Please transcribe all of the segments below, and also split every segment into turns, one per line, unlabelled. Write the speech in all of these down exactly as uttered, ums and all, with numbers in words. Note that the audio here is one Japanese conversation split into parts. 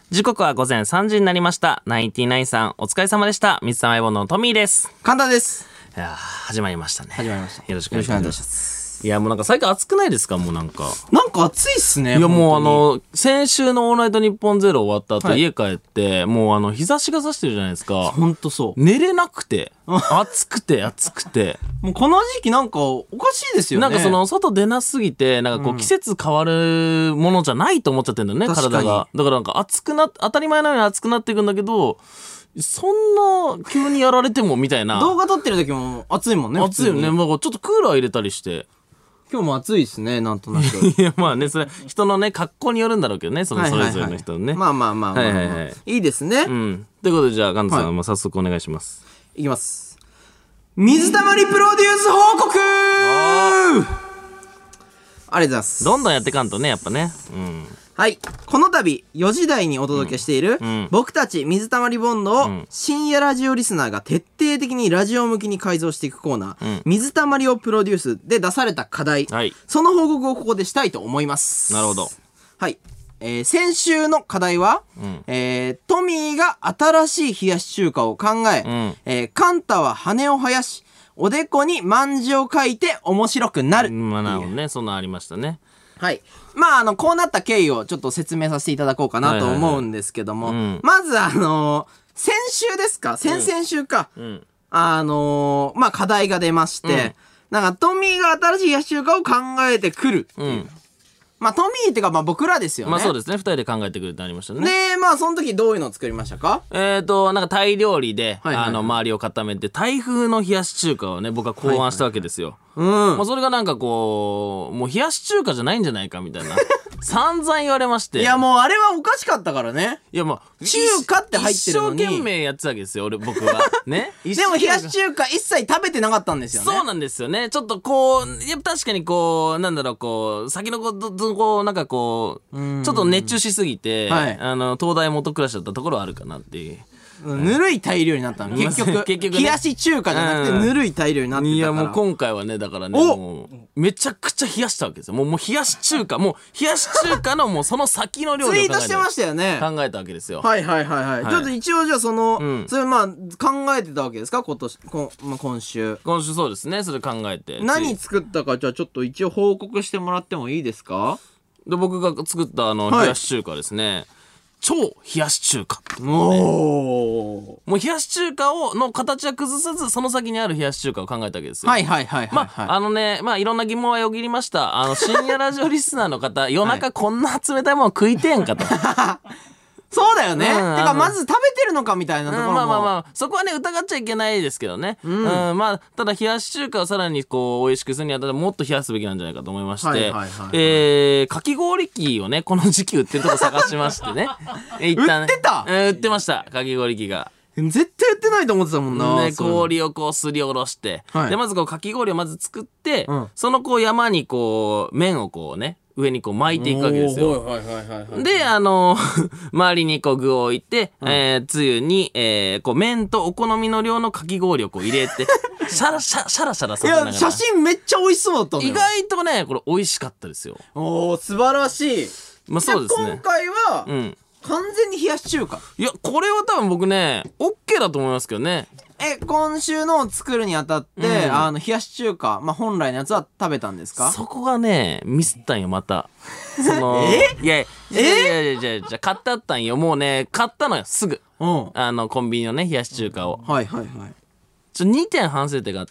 時刻は午前さんじになりました。ナインティナインさんお疲れ様でした。水溜りボンドのトミーです。
簡単です。
いやー始まりましたね。
始まりました。
よろしくお願いします。
ます
いやもうなんか最近暑くないですか？もうなんか
なんか暑いっすね。
いやもうあの先週のオールナイトニッポンゼロ終わった後、はい、家帰ってもうあの日差しが差してるじゃないですか。
ほんとそう。
寝れなくて暑くて暑くて
もうこの時期なんかおかしいですよね。
なんかその外出なすぎてなんかこう季節変わるものじゃないと思っちゃってるんだよね、うん、体が。だからなんか暑くな当たり前のように暑くなっていくんだけど、そんな急にやられてもみたいな。
動画撮ってる時も暑いもんね。
暑いよね。まあちょっとクーラー入れたりして。
今日も暑いですね、なんとなく。
いやまあね、それ人のね格好によるんだろうけどね、そのそれぞれの人のね。
まあまあまあまあ、はいはいはい、いいですね。
うん。ということでじゃあガンツさん、はい、もう早速お願いします。
いきます。水溜りプロデュース報告。ありがとうございます。
どんどんやってかんとね、やっぱね。うん。
はい、この度よじ台にお届けしている、うん、僕たち水溜りボンドを、うん、深夜ラジオリスナーが徹底的にラジオ向きに改造していくコーナー、うん、水溜りをプロデュースで出された課題、はい、その報告をここでしたいと思います。
なるほど。
はい、えー、先週の課題は、うん、えー、トミーが新しい冷やし中華を考え、うん、えー、カンタは羽を生やしおでこに万字を書いて面白くなる。
まあなるほどね、そんなありましたね。
はい。まあ、あの、こうなった経緯をちょっと説明させていただこうかなと思うんですけども、はいはいはい、まず、あのー、先週ですか先々週か。うん、あのー、まあ、課題が出まして、うん、なんか、トミーが新しい冷やし中華を考えてくるっていう。うん、まあ、トミーっていうか、まあ、僕らですよね。
まあ、そうですね。二人で考えてくるってありましたね。
で、まあ、その時どういうのを作りましたか？
えっと、なんかタイ料理で、はいはいはい、あの、周りを固めて、タイ風の冷やし中華をね、僕は考案したわけですよ。はいはいうん。まあ、それがなんかこう、もう冷やし中華じゃないんじゃないかみたいな。散々言われまして。
いやもうあれはおかしかったからね。
いやもう、
中華って入ってるのに。
一生懸命やってたわけですよ、俺、僕は。ね。
でも冷やし中華一切食べてなかったんですよね。
そうなんですよね。ちょっとこう、やっぱ確かにこう、なんだろう、こう、先のこと、こう、なんかこう、ちょっと熱中しすぎて、はい、あの、東大元暮らしだったところはあるかなっていう。
ぬるい大量になったの結局結局、ね、冷やし中華じゃなくてぬるい大量になってたから。いや
もう今回はねだからねもうめちゃくちゃ冷やしたわけですよ。もうもう冷やし中華もう冷やし中華のもうその先の料理を考えた
ツイートしてましたよね。
考えたわけですよ。
はいはいはいはい、はい、ちょっと一応じゃあその、うん、それまあ考えてたわけですか今年こ、まあ、今週
今週そうですね。それ考えて
何作ったかじゃあちょっと一応報告してもらってもいいですか？
で僕が作ったあの冷やし中華ですね、はい超冷やし中華、ね、
お
もう冷やし中華をの形は崩さずその先にある冷やし中華を考えたわけですよ。
はいはいはいはい、はい、
まああのねまあいろんな疑問はよぎりました。あの深夜ラジオリスナーの方夜中こんな冷たいもの食いてんかと
そうだよね、うん、てかまず食べてるのかみたいなところも、
うん、まあまあまあそこはね疑っちゃいけないですけどね、うんうん、まあただ冷やし中華をさらにこう美味しくするにはもっと冷やすべきなんじゃないかと思いまして、はいはいはいはい、えー、かき氷機をねこの時期売ってるとこ探しましてね
一旦売ってた、
えー、売ってましたかき氷機が。
絶対売ってないと思ってたもんな、
ね、氷をこうすりおろして、はい、でまずこうかき氷をまず作って、うん、そのこう山にこう麺をこうね上にこう巻いていくわけですよ。で、あの周りにこう具を置いて、うん、えー、つゆに、えー、こう麺とお好みの量のかき氷をこう入れてシャラシャシャラシャラさせながら。
いや写真めっちゃ美味しそうだったのよ。
意外とねこれ美味しかったですよ。
おー素晴らしい。
まあそうですね。
今回は、うん、完全に冷やし中華。
いやこれは多分僕ね OK だと思いますけどね。
え今週のを作るにあたって、うん、あの冷やし中華、まあ、本来のやつは食べたんですか？
そこがねミスったんよまた。その
え
いやいやいやいやいやいや買ってあったんよ。もうね買ったのよすぐ、うん、あのコンビニのね冷やし中華を、
うん、はいはいはい。
ちょにてん反省点があって、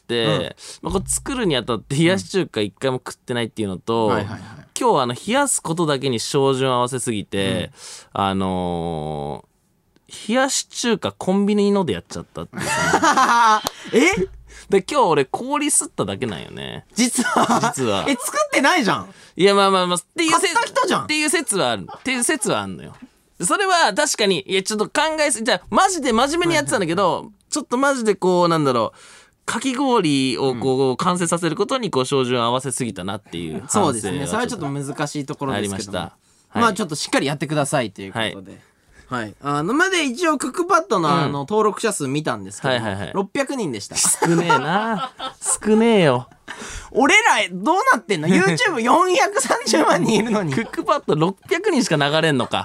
うん、まあ、これ作るにあたって冷やし中華一回も食ってないっていうのと、うんはいはいはい、今日あの冷やすことだけに照準を合わせすぎて、うん、あのー冷やし中華コンビニのでやっちゃったっていう
え
で今日俺氷吸っただけなんよね
実は
実は
え作ってないじゃん。
いやまあまあまあっていう
買った人じゃん
っていう説はあるっていう説はあるのよ。それは確かにいやちょっと考えすぎじゃあマジで真面目にやってたんだけど、はいはいはい、ちょっとマジでこうなんだろうかき氷をこう完成させることにこう照準を合わせすぎたなっていう反省
そうですね。それはちょっと難しいところですけども、ありました、はい、まあちょっとしっかりやってくださいということで、はいはい。あの、まで一応クックパッドのあの、登録者数見たんですけど、はいはいはい、ろっぴゃくにんでした。
少ねえな少ねえよ。
俺ら、どうなってんの？ YouTubeよんひゃくさんじゅうまんにんいるのに。
クックパッドろっぴゃくにんしか流れんのか。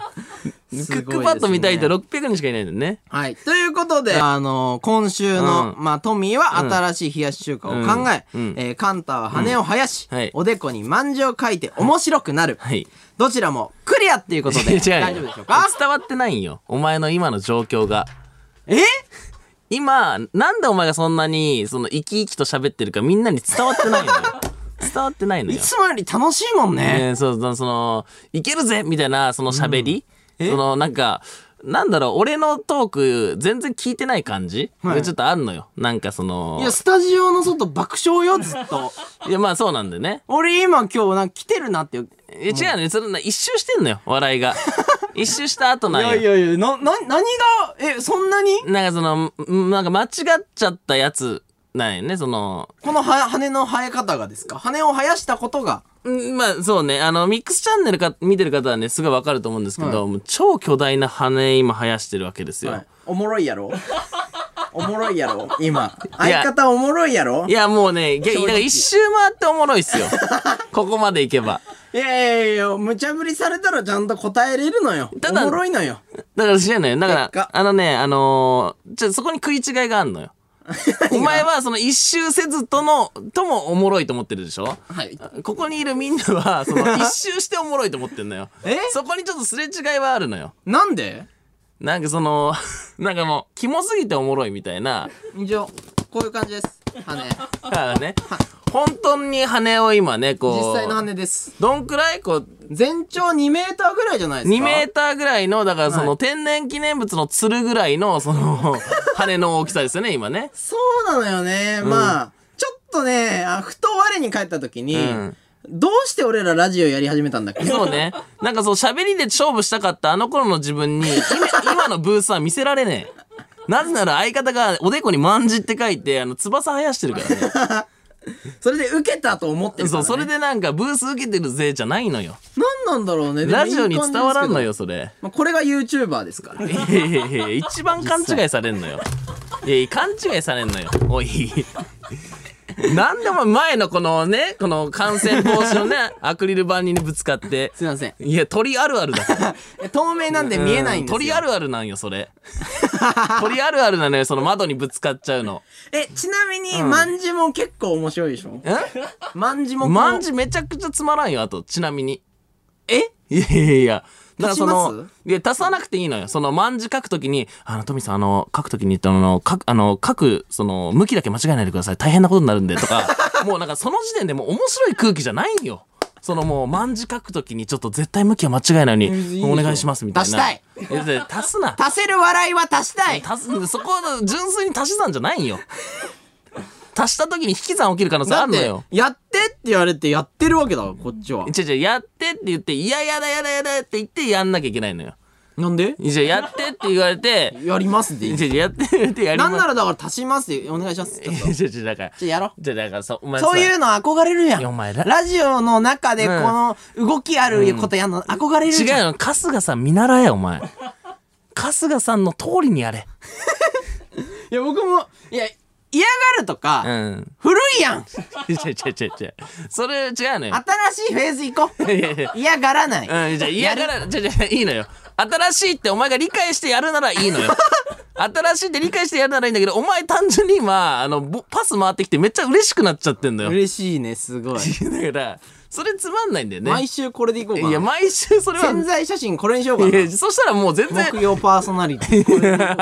クックパッド見たいとろっぴゃくにんしかいないんだよね。
はい。ということで、あのー、今週の、うん、まあ、トミーは新しい冷やし中華を考え、うん、えー、カンタは羽を生やし、うん、はい、おでこにまんじを書いて面白くなる。はい。どちらもクリアっていうことで、大丈夫でしょうか？
伝わってないんよ。お前の今の状況が。
え？
今、なんでお前がそんなに、その、生き生きと喋ってるかみんなに伝わってないのよ。伝わってないのよ。
いつもより楽しいもんね。
ね、そう、その、いけるぜみたいな、その喋り、うん、その、なんか、なんだろう、俺のトーク、全然聞いてない感じ、はい、ちょっとあんのよ。なんかその。
いや、スタジオの外爆笑よ、ずっと。
いや、まあそうなんだよね。
俺今今日、なんか来てるなって。
え、違うね。それな、一周してんのよ、笑いが。一周した後なんよ。
いやいやいや、な、な、何が、え、そんなに
なんかその、なんか間違っちゃったやつ。なんよね、その。
このは羽の生え方がですか？羽を生やしたことが。
んまあそうね、あの、ミックスチャンネルか見てる方はね、すごいわかると思うんですけど、はい、もう超巨大な羽今生やしてるわけですよ。はい、
おもろいやろおもろいやろ今。相方おもろいやろ
いやもうね、だから一周回っておもろいっすよ。ここまでいけば。
いやいやいや、無茶ぶりされたらちゃんと答えれるのよ。おもろいのよ。
だから知らないよ。だから、あのね、あのー、ちょ、そこに食い違いがあんのよ。お前はその一周せずとの、ともおもろいと思ってるでしょ？はい。ここにいるみんなは、その一周しておもろいと思ってんのよ。え？そこにちょっとすれ違いはあるのよ。
なんで？
なんかその、なんかもう、キモすぎておもろいみたいな。
以上、こういう感じです。羽。
あね。本当に羽を今ね、こう。
実際の羽です。
どんくらいこう、
全長にメーターぐらいじゃないですか？
に メーターぐらいの、だからその、はい、天然記念物の鶴ぐらいの、その、羽の大きさですよね、今ね。
そうなのよね。うん、まあ、ちょっとね、あふと我に返った時に、うん、どうして俺らラジオやり始めたんだっけ？
そうね。なんかそう、喋りで勝負したかったあの頃の自分に、今、今のブースは見せられねえ。なぜなら相方がおでこにまんじって書いて、あの、翼生やしてるからね。
それで受けたと思ってるから、ね、
そう、それでなんかブース受けてるぜじゃないのよ。
なんなんだろうね。
ラジオに伝わらんのよ、それ。
まあ、これが YouTuber ですから。
いやいやいや、一番勘違いされんのよ。いやいや、勘違いされんのよ。おい。なんでも前のこのね、この感染防止のね、アクリル板にぶつかって。
すいません。
いや、鳥あるあるだ。
透明なんで見えないんですよ。
鳥あるあるなんよ、それ。鳥あるあるなのよ、その窓にぶつかっちゃうの。
え、ちなみに、まんじも結構面白いでしょ？え？まんじも。
まんじめちゃくちゃつまらんよ、あと、ちなみに。
え？
いやいやいや。だからその、いや、足さなくていいのよ。その、漢字書くときに、あの、トミさん、あの、書くときに、あの、書く、あの、書く、その、向きだけ間違えないでください。大変なことになるんで、とか、もうなんかその時点でもう面白い空気じゃないんよ。そのもう、漢字書くときに、ちょっと絶対向きは間違えないように、お願いします、みたいな。
足したい。
え、足すな。
足せる笑いは足したい。
足す、そこは純粋に足し算じゃないんよ。足した時に引き算起きる可能性あるのよ。
やってって言われてやってるわけだわ、こっちは。
違う違う、やってって言って、いややだやだやだって言ってやんなきゃいけないのよ。
なんで？
じゃあやってって言われて。
やりますって言
う。やってってやります。
なんならだから足しますってお願いします。
ちょっと。だから。
じゃあやろう。
じゃあだからそ、
お前そういうの憧れるやん。
お前ら。
ラジオの中でこの動きあることやんの憧れるじゃん。
違うよ。春日さん見習えよ、お前。春日さんの通りにやれ。
いや、僕も、いや、嫌がるとか、うん、古いやん。
違う違う違う違う。それ違うのよ。
新しいフェーズ行こう。いやいや嫌がらない。
うん、じゃ嫌がら、じゃじゃいいのよ。新しいってお前が理解してやるならいいのよ。新しいって理解してやるならいいんだけど、お前単純に今、あの、パス回ってきてめっちゃ嬉しくなっちゃってんのよ。
嬉しいね、すごい。
だから、それつまんないんだよね。
毎週これでいこうかな。
いや、毎週それは。
潜在写真これにしようかな。いや、
そしたらもう全然。
木曜パーソナリティ。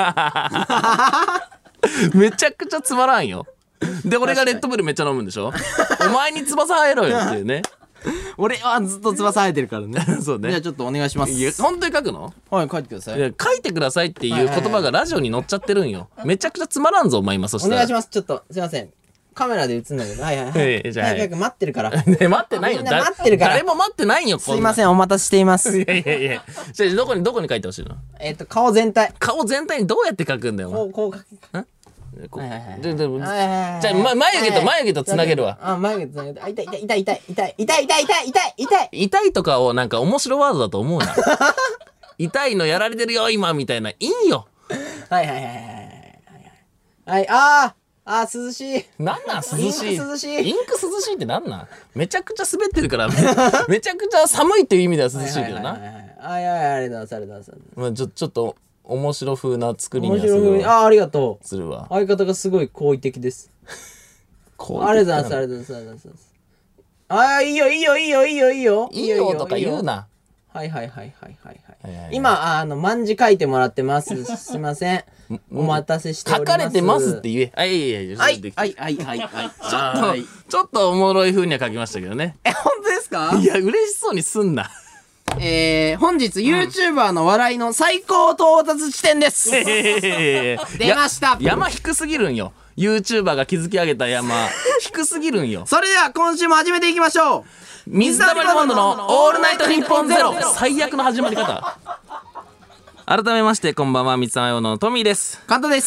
めちゃくちゃつまらんよ。で、俺がレッドブルめっちゃ飲むんでしょ？お前に翼生えろよっていうね。
俺はずっと翼生えてるからね。そうね。じゃあちょっとお願いします。
いや、本当に書くの？
はい、書いてください。
いや、書いてくださいっていう言葉がラジオに載っちゃってるんよ。めちゃくちゃつまらんぞ、お前今、そしたら。
お願いします。ちょっと、すいません。カメラで映んだけど。はいはいはい。じゃあ、早く待ってるから。
ね、待ってないよ。
待ってるから。
誰も待ってないよ、
すいません、お待たせしています。
いやいやいや。じゃあ、どこに、どこに書いてほしいの？
えっと、顔全体。
顔全体にどうやって書くんだよ、
こう、こう書く。ん
じゃあ、ま、眉毛と眉毛とつなげるわ。
あ、眉毛とつなげる。痛い痛い痛い痛い痛い痛い痛い痛い痛い痛い
痛いとかをなんか面白ワードだと思うな。痛いのやられてるよ今みたいな。いいよ。
はいはいはいはいはい。はい、ああー涼しい。
なんなん涼しい。
インク涼しい。
インク涼しいってなんなん？めちゃくちゃ滑ってるからめちゃくちゃ寒いっていう意味では涼しいけどな。
はいはいはいはい。あいやいやありがとうございます。
まあちょちょっと面白風な作りに
面
はする
白い。あありがとう。
するわ。
相方がすごい好意的です。ありがとうございます。ありがとうございます。ああいいよいいよいいよいいよいいよ
いいよとか言うな。
はいはいはいはいはいはい。今あの卍書いてもらってます。すいません。お待たせしております。
書かれてますって言え。はいいやいや
はいはいはいはいはい。
ちょっとちょっとおもろい風には書きましたけどね。
え本当ですか？
いや嬉しそうにすんな。
えー、本日 YouTuber の笑いの最高到達地点です。出ました。
山低すぎるんよ。YouTuber が築き上げた山低すぎるんよ。
それでは今週も始めていきましょう。
水溜りボンドのオールナイトニッポンゼロ。最悪の始まり方。改めましてこんばんは、水溜りボンドのトミーです。
カンタです。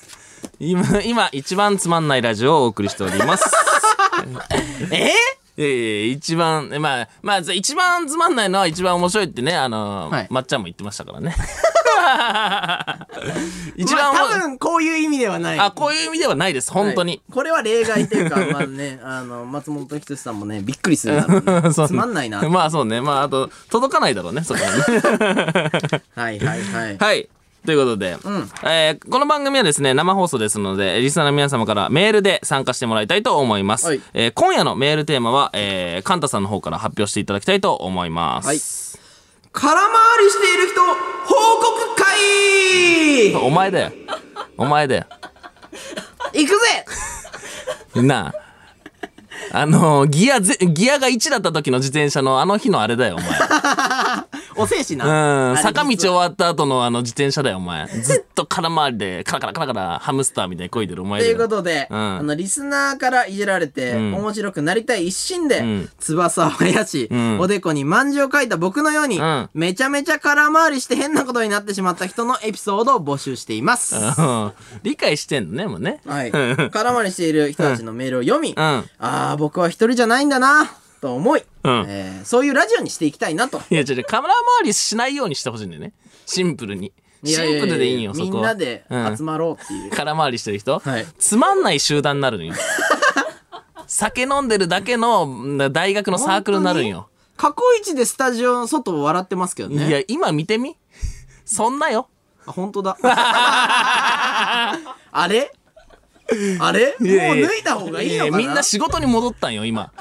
今今一番つまんないラジオをお送りしております
えー
ええ一番まあまあ一番つまんないのは一番面白いってね、あのーはい、まっちゃんも言ってましたからね
一番、まあ、多分こういう意味ではない。
あ、こういう意味ではないです本当に、はい、
これは例外というかまあねあの松本人志さんもねびっくりするだろう、ね、つまんないな
まあそうね、まああと届かないだろうねそこはね
はいはいはい
はいということで、うん、えー、この番組はですね生放送ですのでリスナーの皆様からメールで参加してもらいたいと思います、はい、えー、今夜のメールテーマは、えー、カンタさんの方から発表していただきたいと思います、はい、
空回りしている人報告会。
お前だよお前だよ
行くぜ
なああのー、ギアぜギアがいちだった時の自転車のあの日のあれだよお前
おせえしな。
うん、坂道終わった後のあの自転車だよお前。ずっと空回りでカラカラカラカラハムスターみたいに漕いでるお前だよ。
ということで、うん、あのリスナーからいじられて、うん、面白くなりたい一心で、うん、翼を生やし、うん、おでこにまんじゅうを描いた僕のように、うん、めちゃめちゃ空回りして変なことになってしまった人のエピソードを募集しています。
理解してんのねもうね。
はい。空回りしている人たちのメールを読み、うん、ああ僕は一人じゃないんだなと思い、うん、えー、そういうラジオにしていきたいなと。
いや違う違う、カメラ回りしないようにしてほしいんだよね。シンプルにシンプルでいいよ。そこ
みんなで集まろうっていう、
うん、空回りしてる人、はい、つまんない集団になるのよ酒飲んでるだけの大学のサークルになるんよ。
過去一でスタジオの外を笑ってますけどね。
いや今見てみそんなよ。
あ本当だあれあれもう脱いだ方がいいのかな。
みんな仕事に戻ったんよ今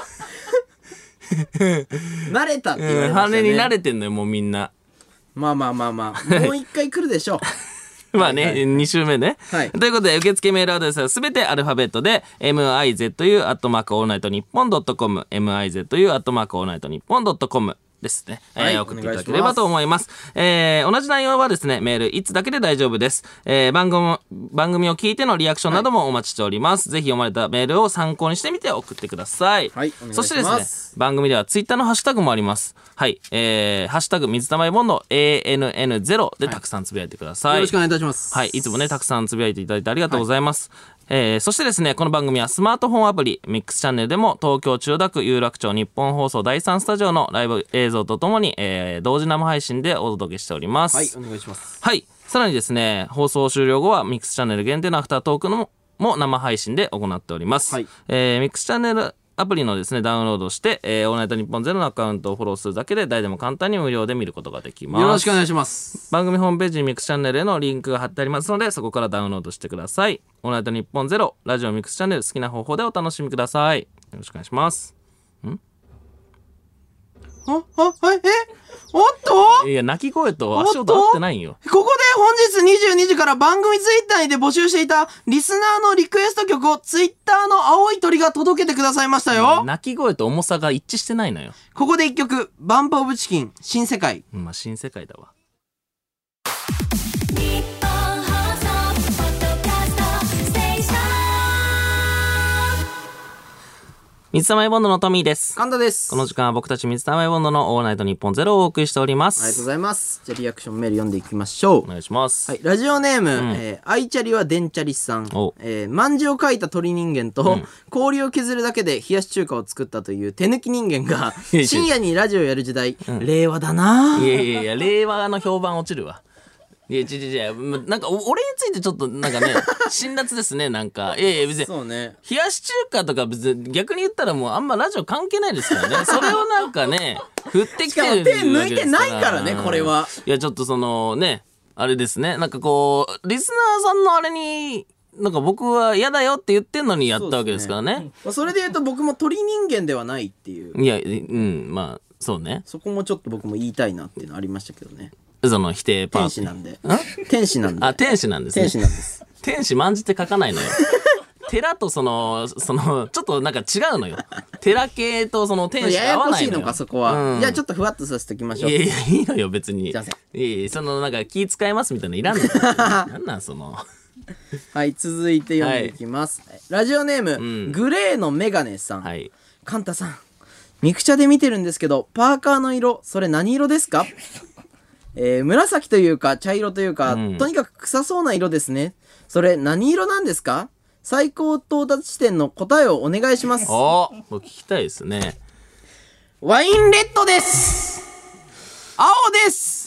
慣れたって言われましたね。
羽に慣れてんのよもうみんな。
まあまあまあまあもう一回来るでしょう
まあね、はいはい、に週目ね、はい、ということで受付メールアドレスはすべてアルファベットで ミズ アットマークオールナイトニッポンドットコム ミズ アットマークオールナイトニッポンドットコムですね、はい、えー、送っていただければと思います。えー、同じ内容はですねメールいつだけで大丈夫です。えー、番組番組を聞いてのリアクションなどもお待ちしております、はい、ぜひ読まれたメールを参考にしてみて送ってください。
はい、お願いします。そしてです
ね番組ではツイッターのハッシュタグもあります。はい、えー、ハッシュタグ水溜りボンド エーエヌエヌゼロ でたくさんつぶやいてください、はい、
よろしくお願いいたします。
はい、いつもねたくさんつぶやいていただいてありがとうございます、はい、えー、そしてですねこの番組はスマートフォンアプリミックスチャンネルでも東京千代田区有楽町日本放送だいさんスタジオのライブ映像とともに、えー、同時生配信でお届けしております。
はい、お願いします。
はい、さらにですね放送終了後はミックスチャンネル限定のアフタートークのも生配信で行っております、はい、えー、ミックスチャンネルアプリのですねダウンロードして、えー、オールナイトニッポンゼロのアカウントをフォローするだけで誰でも簡単に無料で見ることができます。
よろしくお願いします。
番組ホームページにミックスチャンネルへのリンクが貼ってありますのでそこからダウンロードしてください。オールナイトニッポンゼロラジオミックスチャンネル好きな方法でお楽しみください。よろしくお願いします。ん
あ、あ、はい、えおっと
いや、鳴き声と足音合ってないんよ。
ここで本日にじゅうにじから番組ツイッターにて募集していたリスナーのリクエスト曲をツイッターの青い鳥が届けてくださいましたよ。
鳴き声と重さが一致してないのよ。
ここで一曲、バンプオブチキン、新世界。
まあ、新世界だわ。水溜りボンドのトミーです。
神田です。
この時間は僕たち水溜りボンドのオールナイトニッポンゼロをお送りしております。
ありがとうございます。じゃあリアクションメール読んでいきましょう。
お願いします。
はい、ラジオネーム、うん、えー、アイチャリはデンチャリスさん。えー、万字を書いた鳥人間と、うん、氷を削るだけで冷やし中華を作ったという手抜き人間が深夜にラジオやる時代、うん、令和だな。
いやいやいや、令和の評判落ちるわ。 いや、違う違う違う。なんか、俺についてちょっと、なんかね、辛辣ですね、なんか。いやいや、別に。
そうね。
冷やし中華とか別に、逆に言ったらもうあんまラジオ関係ないですからね。それをなんかね、振ってきてる。
手抜いてないからね、これは。
いや、ちょっとそのね、あれですね。なんかこう、リスナーさんのあれに、なんか僕は嫌だよって言ってんのにやったわけですからね。
そ, ねそれで言うと僕も鳥人間ではないっていう。
いや、うん、まあ、そうね。
そこもちょっと僕も言いたいなっていうのありましたけどね。
その否定パー
天使なんで。天使なんで。
あ、天使なんですね。
天使なんです。
天使まんじって書かないのよ。寺とその、その、ちょっとなんか違うのよ。寺系とその天使が合わないのよ。ややこしいのか、
そこは。うん、じゃあちょっとふわっとさせておきましょう。
いやいや、いいのよ、別に。いやいや、そのなんか気使いますみたいなのいらんのよ。なんなんその。
はい、続いて読んでいきます。はい、ラジオネーム、うん、グレーのメガネさん。はい。カンタさん、ミクチャで見てるんですけど、パーカーの色、それ何色ですか？えー、紫というか茶色というか、うん、とにかく臭そうな色ですね。それ何色なんですか？最高到達地点の答えをお願いします。
あ、聞きたいですね。
ワインレッドです。青です。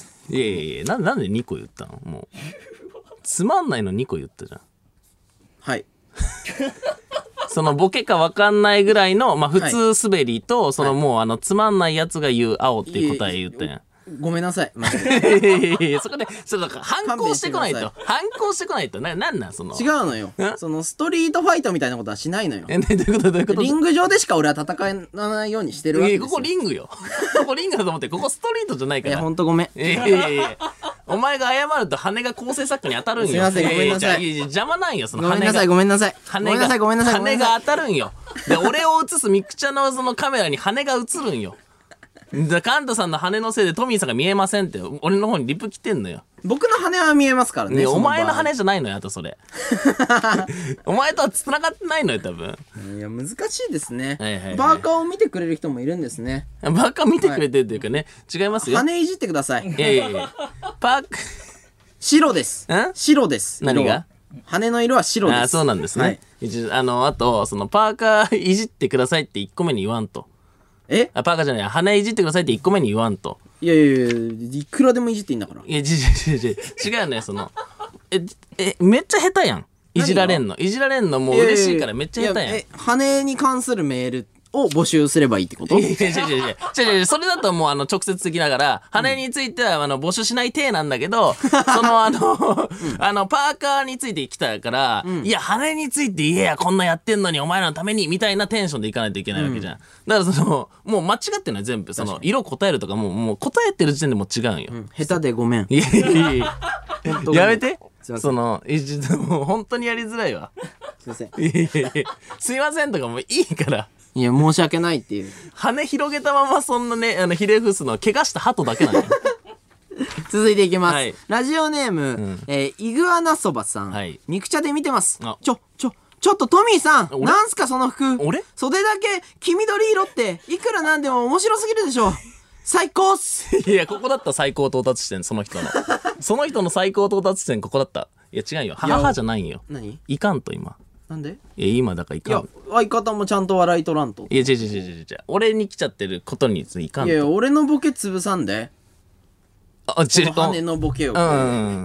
いやいやいや、な、なんでにこ言ったの？もうつまんないのにこ言ったじゃん。
はい。
そのボケか分かんないぐらいの、まあ、普通滑りと、はい、そのもうあのつまんないやつが言う青っていう答え言ったやん。
ごめんなさい。
いやいやいや、そこで、その反抗してこないと。反抗してこないと。な、なんなんその。
違うのよ。そのストリートファイトみたいなことはしないのよ。
え、どういうことどういうこと？
リング上でしか俺は戦わないようにしてるわけですよ。
ここリングよ。ここリングだと思って、ここストリートじゃないから。
いや、ほんとごめん。
いやいやいやお前が謝ると羽が構成作家に当たるんよ。
すいません、ごめんなさい。
いやいや邪魔なんよ、その羽が。
ごめんなさい、ごめんなさい。
羽が、ごめんなさい、ごめんなさい。羽が当たるんよ。で、俺を映すミクチャのそのカメラに羽が映るんよ。でカンタさんの羽のせいでトミーさんが見えませんって俺の方にリプ来てんのよ。
僕の羽は見えますからね。
ね、お前の羽じゃないのよ、あとそれ。お前とは繋がってないのよ、多分。
いや、難しいですね。はいはいはい、バーカーを見てくれる人もいるんですね。
バーカー見てくれてるっていうかね、はい、違いますよ。
羽いじってください。
いやいやいや。パーク。
白です。白です。
何が？
羽の色は白です。
あ、そうなんですね。はい、あの、あと、そのパーカーいじってくださいっていっこめに言わんと。
え
あ、パーカーじゃない、羽いじってくださいっていっこめに言わんと。
いやいやいや、いくらでもいじっていいんだから。
いや、違う違う違う。違うね、その。え、え、めっちゃ下手やん。いじられんの。いじられんのもう嬉しいからめっちゃ下手やん。
え、羽に関するメールを募集すればいいってこと？
いやいやいやいやいやいや、それだともうあの直接的ながら、羽についてはあの募集しない体なんだけど、そのあの、あのパーカーについて来たから、いや、羽について言えや、こんなやってんのにお前らのために、みたいなテンションでいかないといけないわけじゃん。だからその、もう間違ってんのよ、全部。その、色答えるとかもう、もう答えてる時点でもう違うんよ。
下手でごめん。
いやいやいややめて。その、もう本当にやりづらいわ。
すいません。
いやいやいやすいませんとかもういいから。
いや、申し訳ないっていう。
羽広げたままそんなね、あの、ひれ伏すのは怪我した鳩だけなのよ。
続いていきます。はい、ラジオネーム、うん、えー、イグアナそばさん。はい、ミクチャで見てます。ちょ、ちょ、ちょっとトミーさん、なんすかその服。
俺
袖だけ黄緑色って、いくらなんでも面白すぎるでしょ。最高っす。
いや、ここだった最高到達地点、その人の。その人の最高到達地点、ここだった。いや、違うよ。はははじゃないんよ。
何？
いかんと今。
なんで？
いや、今だからいかん。いや、
相方もちゃんと笑いとらんと。
いや、違う違う違う違う。俺に来ちゃってることにいかんと。
いや、俺のボケ潰さんで。あ、ち羽のボケを。
うん。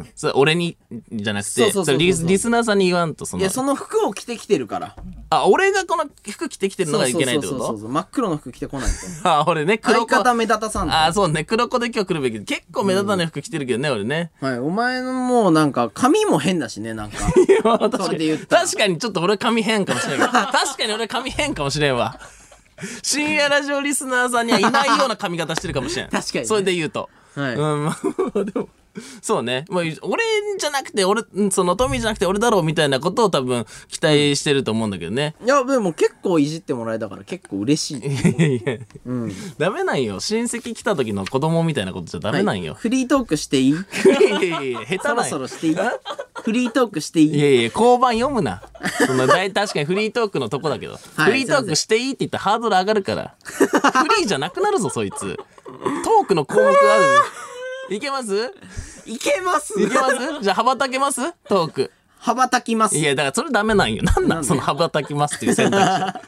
それ俺に、じゃなくて、それリスナーさんに言わんと、その。
いや、その服を着てきてるから。
あ、俺がこの服着てきてるのがいけないってこと？
そうそうそうそう。真っ黒の服着てこないと。
あ、俺ね、
黒子。相方目立たさんと。
あ、そうね、黒子で今日来るべき。結構目立たない服着てるけどね、俺ね。
はい、お前のもうなんか、髪も変だしね、なんか。
それで言った。確かにちょっと俺髪変かもしれんわ。確かに俺髪変かもしれんわ。深夜ラジオリスナーさんにはいないような髪型してるかもしれん。
確かに、ね。
それで言うと。
はい。
うん、まあ、でも。そうね。まあ、俺じゃなくて、俺、そのトミーじゃなくて俺だろうみたいなことを多分期待してると思うんだけどね。
いや、でも結構いじってもらえたから結構嬉しい。いやいや、
うん。ダメなんよ。親戚来た時の子供みたいなことじゃダメなんよ。
はい、フリートークしていい？い
やいやいや、下手な
そろそろしていい？フリートークしていい？
いやいや、交番読むな。そんな大確かにフリートークのとこだけど。はい、フリートークしていいって言ったらハードル上がるから。フリーじゃなくなるぞ、そいつ。トークの項目ある。いけます？
いけます
いけますじゃあ羽ばたけますトーク。
羽ばたきます。
いや、だからそれダメなんよ。なんなんその羽ばたきますっていう選択肢。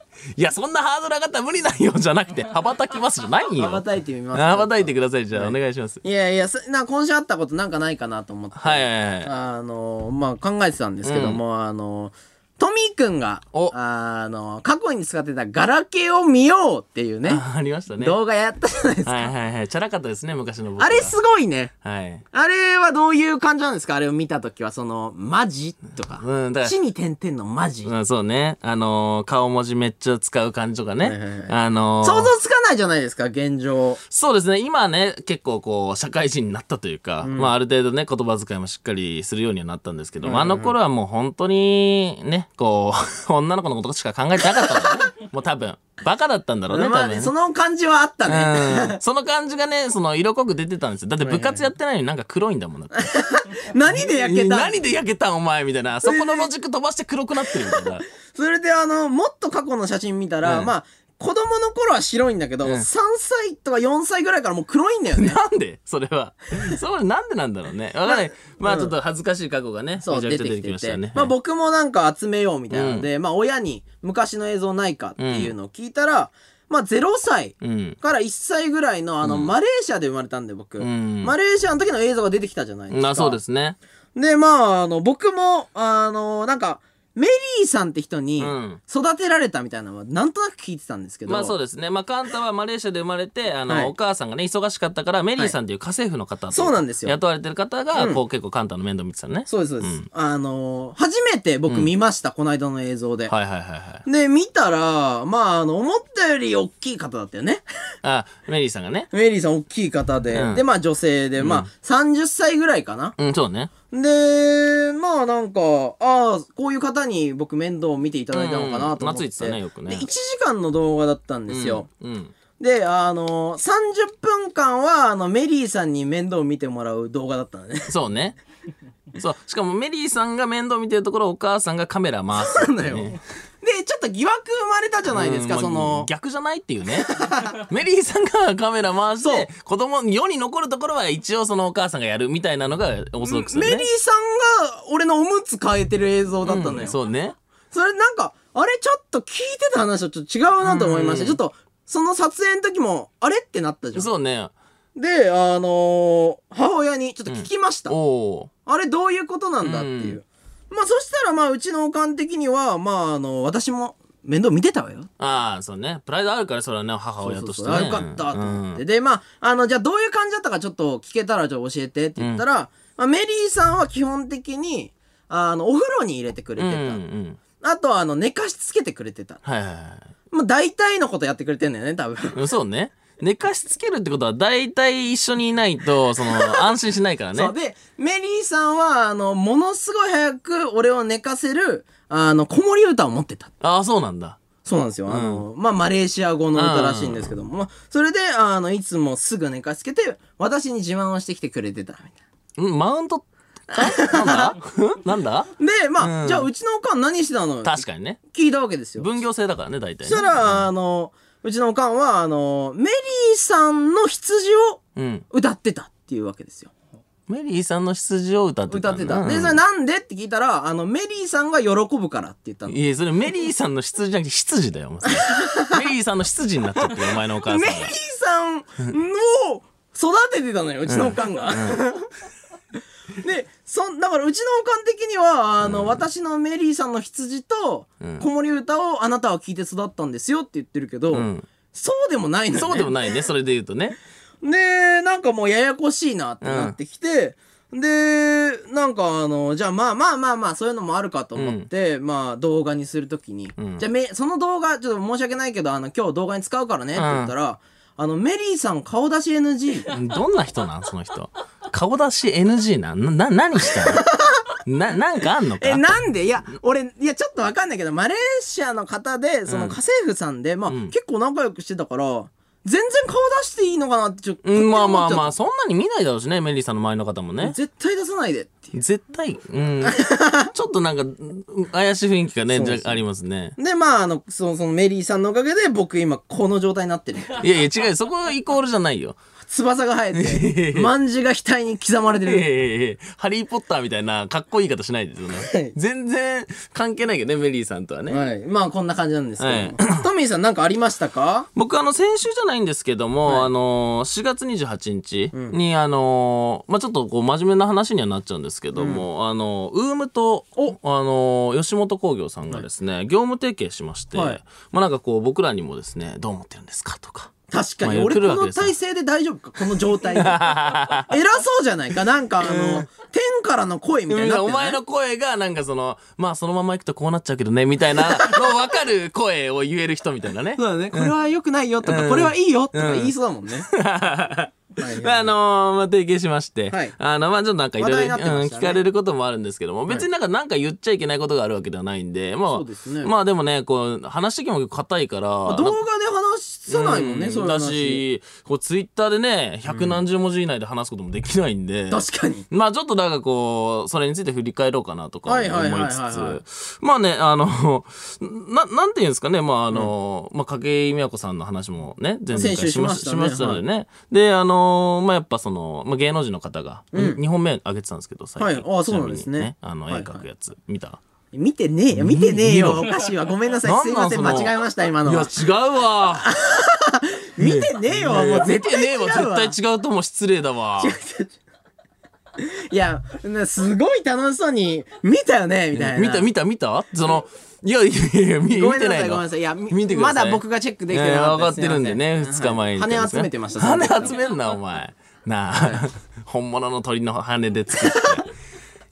いや、そんなハードル上がったら無理なんよじゃなくて、羽ばたきますじゃないよ。
羽ばたいてみます。
羽ばたいてください。じゃあ、お願いします。
いやいや、な今週あったことなんかないかなと思って。
はいはいはい。
あの、まあ、考えてたんですけども、うん、あの、トミーくんが、あの、過去に使ってたガラケーを見ようっていうね。
あ, ありましたね。
動画やったじゃないですか。
はいはいはい。チャラかったですね、昔の僕は。
あれすごいね。
はい。
あれはどういう感じなんですか？あれを見たときは、その、マジとか。うん、だから。地に点々のマジ。
うん、そうね。あのー、顔文字めっちゃ使う感じとかね。はいはいはい、あのー、
想像つかないじゃないですか、現状。
そうですね。今ね、結構こう、社会人になったというか、うん、まあある程度ね、言葉遣いもしっかりするようにはなったんですけど、うんうん、あの頃はもう本当に、ね、こう、女の子のことしか考えてなかったんだね。もう多分。バカだったんだろうね、多分、ね。
その感じはあったね。
その感じがね、その色濃く出てたんですよ。だって部活やってないのになんか黒いんだもんだって。
何で焼けた
何で焼けたんお前みたいな。そこのロジック飛ばして黒くなってるみたいな。
それであの、もっと過去の写真見たら、うん、まあ、子供の頃は白いんだけど、うん、さんさいとかよんさいぐらいからもう黒いんだよね。
なんでそれは。それなんでなんだろうね。わかんない。まあちょっと恥ずかしい過去がね、
そう、
めちゃくちゃ
出てきてて。
ね、
まあ僕もなんか集めようみたいなので、うん、まあ親に昔の映像ないかっていうのを聞いたら、うん、まあゼロさいからいっさいぐらいのあの、マレーシアで生まれたんで僕、うん、マレーシアの時の映像が出てきたじゃないですか。
まあそうですね。
で、まああの、僕も、あの、なんか、メリーさんって人に育てられたみたいなのはなんとなく聞いてたんですけど、
うん、まあそうですね。まあカンタはマレーシアで生まれて、あの、はい、お母さんがね忙しかったからメリーさんっていう家政婦の方、はい、
そうなんですよ。
雇われてる方が、うん、こう結構カンタの面倒見てたのね。
そうですそうです。うん、あのー、初めて僕見ました、うん、この間の映像で。
はいはいはいはい。
で見たらまああの思ったより大きい方だったよね。
あ、メリーさんがね。
メリーさん大きい方で、うん、でまあ女性で、うん、まあさんじゅっさいぐらいかな。
うん、そうね。
で、まあなんか、ああ、こういう方に僕面倒を見ていただいたのかなと思って。
懐いてたね、よくね。
で、いちじかんの動画だったんですよ。
うんうん、
で、あの、さんじゅっぷんかんは、あの、メリーさんに面倒を見てもらう動画だったのね。
そうね。そう。しかもメリーさんが面倒見てるところ、お母さんがカメラ回す、ね。
そうだよ。で、ちょっと疑惑生まれたじゃないですか、その。
逆じゃないっていうね。メリーさんがカメラ回して、子供、世に残るところは一応そのお母さんがやるみたいなのがオーソドックスね。
メリーさんが俺のおむつ変えてる映像だったのよ。うん、
そうね。
それなんか、あれちょっと聞いてた話とちょっと違うなと思いました。ちょっと、その撮影の時も、あれってなったじゃん。
そうね。
で、あのー、母親にちょっと聞きました。
うん、お
あれどういうことなんだっていう。うんまあそしたらまあうちのおかん的にはまああの私も面倒見てたわよ。
ああそうねプライドあるからそれはね母親としてね。
そうそうそうよかったと思って、うん、でまああのじゃあどういう感じだったかちょっと聞けたらちょっと教えてって言ったら、うんまあ、メリーさんは基本的にあのお風呂に入れてくれてた、うんうん、あとはあの寝かしつけてくれてた。
はいはいはい。
まあ大体のことやってくれてんだよね多分。
そうね。寝かしつけるってことは大体一緒にいないとその安心しないからね。
そうでメリーさんはあのものすごい早く俺を寝かせるあの子守歌を持ってた。
ああそうなんだ。
そうなんですよ。うん、あのまあマレーシア語の歌らしいんですけども、まあ、それであのいつもすぐ寝かしつけて私に自慢をしてきてくれてたみたい
な。うんマウントなんだなんだ
でまあ、うん、じゃあうちのおかん何してたの
確かにね
聞いたわけですよ。
分業制だからね大体ね。
そしたらあのうちのおかんは、あの、メリーさんの羊を歌ってたっていうわけですよ。
うん、メリーさんの羊を歌ってた。
歌ってた。で、それなんでって聞いたら、あの、メリーさんが喜ぶからって言ったの。
いや、それメリーさんの羊じゃなくて羊だよ。メリーさんの羊になっちゃってる、お前のお母さんが。
メリーさんを育ててたのよ、うちのおかんが。うんうんで、そ、だからうちのおかん的には、あの、うん、私のメリーさんの羊と、子守歌をあなたは聞いて育ったんですよって言ってるけど、うん、そうでもないのよね。
そうでもないね、それで言うとね。
で、なんかもうややこしいなってなってきて、うん、で、なんかあの、じゃあまあまあまあまあ、そういうのもあるかと思って、うん、まあ動画にするときに、うん、じゃあめ、その動画、ちょっと申し訳ないけど、あの、今日動画に使うからねって言ったら、あの、メリーさん顔出し エヌジー。
どんな人なんその人。顔出し エヌジー なんな、何したのな、なんかあんのか
え、なんでいや、俺、いや、ちょっとわかんないけど、マレーシアの方で、その家政婦さんで、うん、まあ、うん、結構仲良くしてたから、全然顔出していいのかなってちょっと、
うん、まあまあまあそんなに見ないだろうしねメリーさんの周りの方もね。
絶対出さないでっていう。
絶対うんちょっとなんか怪しい雰囲気がねそうそうありますね。
でまああのそのそのメリーさんのおかげで僕今この状態になってる。
いやいや違うそこイコールじゃないよ。
翼が生えて、卍が額に刻まれてる。
ええ、ハリーポッターみたいなかっこいい言い方しないですよね。はい、全然関係ないけどね、メリーさんとはね。
はい。まあこんな感じなんですけど。はい、トミーさんなんかありましたか？
僕あの先週じゃないんですけども、はい、あのしがつにじゅうはちにちに、うん、あのまあちょっとこう真面目な話にはなっちゃうんですけども、うん、あのウームとあの吉本興業さんがですね、はい、業務提携しまして、はい、まあなんかこう僕らにもですね、どう思ってるんですかとか。
確かに、まあ、俺この体勢で大丈夫か、この状態で。偉そうじゃないか、なんかあの、天からの声みたいになってない？
お前の声がなんかその、まあそのまま行くとこうなっちゃうけどね、みたいなの分かる声を言える人みたいなね。
そうだね。これは良くないよとか、うん、これはいいよとか言いそうだもんね。
はいはい、あのー、まあ、提携しまして、はい、あの、まあ、ちょっとなんかいろいろ聞かれることもあるんですけども、別になんかなんか言っちゃいけないことがあるわけではないんで、まあ、そうですね、まあでもね、こう、話的にも硬いから、まあ、
動画で話さないもんね、うん、そういう話。
だし、こう、ツイッターでね、百何十文字以内で話すこともできないんで、うん、
確かに。
まあ、ちょっとなんかこう、それについて振り返ろうかなとか思いつつ、まあね、あの、な、なんていうんですかね、まあ、あの、うん、まあ、筧美和子さんの話もね、前々回しましたのでね、はい、で、あの、まあ、やっぱその、まあ、芸能人の方がにほんめあげてたんですけど、最近。
はい、ああ、そうなんですね。
あの、絵描くやつ、見た？
見てねえよ、見てねえよ。おかしいわ。ごめんなさい。すいません、間違えました、今のは。
いや、違うわ。
見てねえよ、もう絶対違うわ。
絶対違うとも失礼だわ。
いや、すごい楽しそうに、見たよねみたいな。
見た、見た、見たその、いやいやいや、見てないの。
ごめんなさい、ごめんなさい。いや、見てください。まだ僕がチェックできてなかった。
分かってるんでね、ふつかまえに。
羽集めてました。
羽集めんな、お前。なあ、本物の鳥の羽で作って。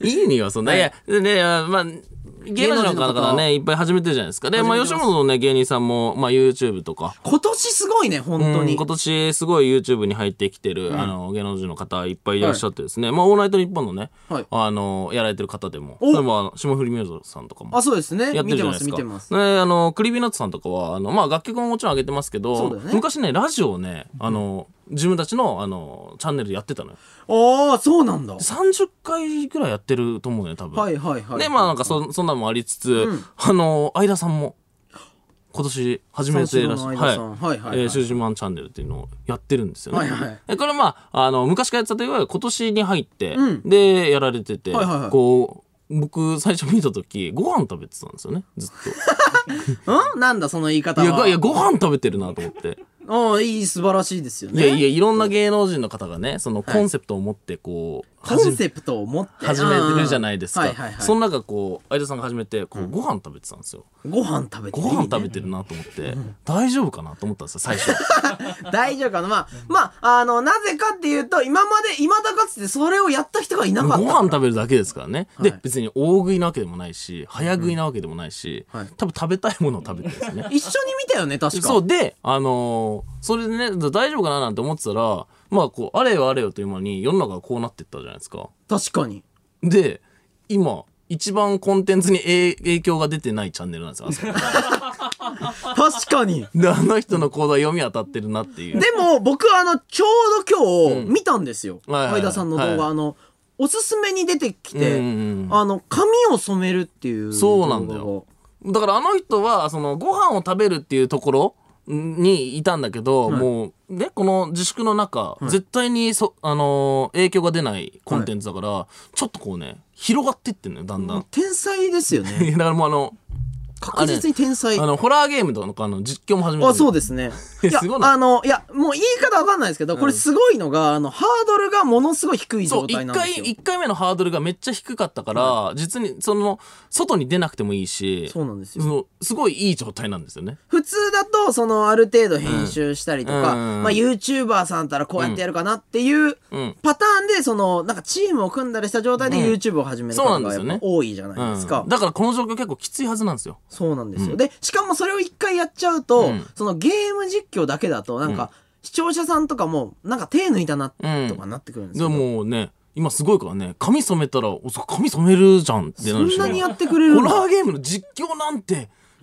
いいにはそんな。いや、で、まあ、芸能人の方々ね、いっぱい始めてるじゃないですか。で、まあ、吉本のね、芸人さんも、まあ、YouTube とか。
今年すごいね、本当に。
うん、今年すごい YouTube に入ってきてる、うん、あの、芸能人の方いっぱいいらっしゃってですね。はい、まあ、オールナイトニッポンのね、はい、あの、やられてる方でも。でも、霜降り明星さんとかも。
あ、そうですね。
やってるじゃないですか。
見てます、
見てます。ね、あの、クリビーナッツさんとかは、あの、まあ、楽曲ももちろん上げてますけど、ね、昔ね、ラジオをね、あの、うん、自分たちの、あの、チャンネルでやってたのよ。
ああ、そうなんだ。
さんじゅっかいぐらいやってると思うね、多分。
はいはいはい。
で、まあなんかそ、そんなのもありつつ、うん、あの、相田さんも、今年初めてらしい。はい。はいはいはい。えー、シュージマンチャンネルっていうのをやってるんですよね。はいはい。これまあ、あの、昔からやってたというか、今年に入って、うん、で、やられてて、はいはいはい、こう、僕、最初見たとき、ご飯食べてたんですよね、ずっ
と。んなんだ、その言い方は。
いや、いや、ご飯食べてるなと思って。
ああ、いい、素晴らしいですよね。
いやいや、いろんな芸能人の方がね、そのコンセプトを持って、こう、
コンセプトを持って
始めてるじゃないですか。はいはいはい、その中、こう、相田さんが始めて、こう、ご飯食べてたんですよ。
ご飯食べてる、
ご飯食べてるなと思って、うん、大丈夫かなと思ったんですよ、最初。
大丈夫かな、まあ、まあ、あの、なぜかっていうと、今まで、未だかつてそれをやった人がいなかった。
ご飯食べるだけですからね。はい、で、別に大食いなわけでもないし、早食いなわけでもないし、うんはい、多分食べたいものを食べてるんですね。
一緒に見たよね、確か。
そう、で、あのー、それでね、大丈夫かななんて思ってたら、まあ、こう、あれよあれよという間に世の中がこうなっていったじゃないですか。
確かに。
で、今、一番コンテンツに影響が出てないチャンネルなんですよ、あそこ。
確かに。
で、あの人の行動読み当たってるなっていう。
でも、僕、あの、ちょうど今日、見たんですよ。相田さんの動画、はい、あの、おすすめに出てきて、うんうん、あの、髪を染めるっていう。
そうなんだよ。だからあの人は、その、ご飯を食べるっていうところにいたんだけど、はい、もう、ね、この自粛の中、はい、絶対にそ、あのー、影響が出ないコンテンツだから、はい、ちょっとこうね、広がってってんのよ、だんだん。
天才ですよね。
だからもうあの、
確実に天才。
あの、ホラーゲームとかのあの実況も始めてる。
あ、そうですね。いや、あの、いや、もう言い方わかんないですけど、これすごいのが、あの、ハードルがものすごい低い状態なんですよ。
そう、一回、一回目のハードルがめっちゃ低かったから、はい、実に、その、外に出なくてもいいし、
そうなんですよ。
その、すごいいい状態なんですよね。
普通だと、その、ある程度編集したりとか、うん、まあ、YouTuber さんたらこうやってやるかなっていうパターンで、その、なんかチームを組んだりした状態で YouTube を始める方がやっぱ多いじゃないですか。
うん、だからこの状況結構きついはずなんですよ。
そうなんですよ。で、しかもそれを一回やっちゃうと、うん、そのゲーム実況だけだとなんか、うん、視聴者さんとかもなんか手抜いたなとかなってくるんですよ、
うん、でもね今すごいからね髪染めたらおそ髪染めるじゃんってなるし、ね、
そんなにやってくれる
ホラーゲームの実況なんて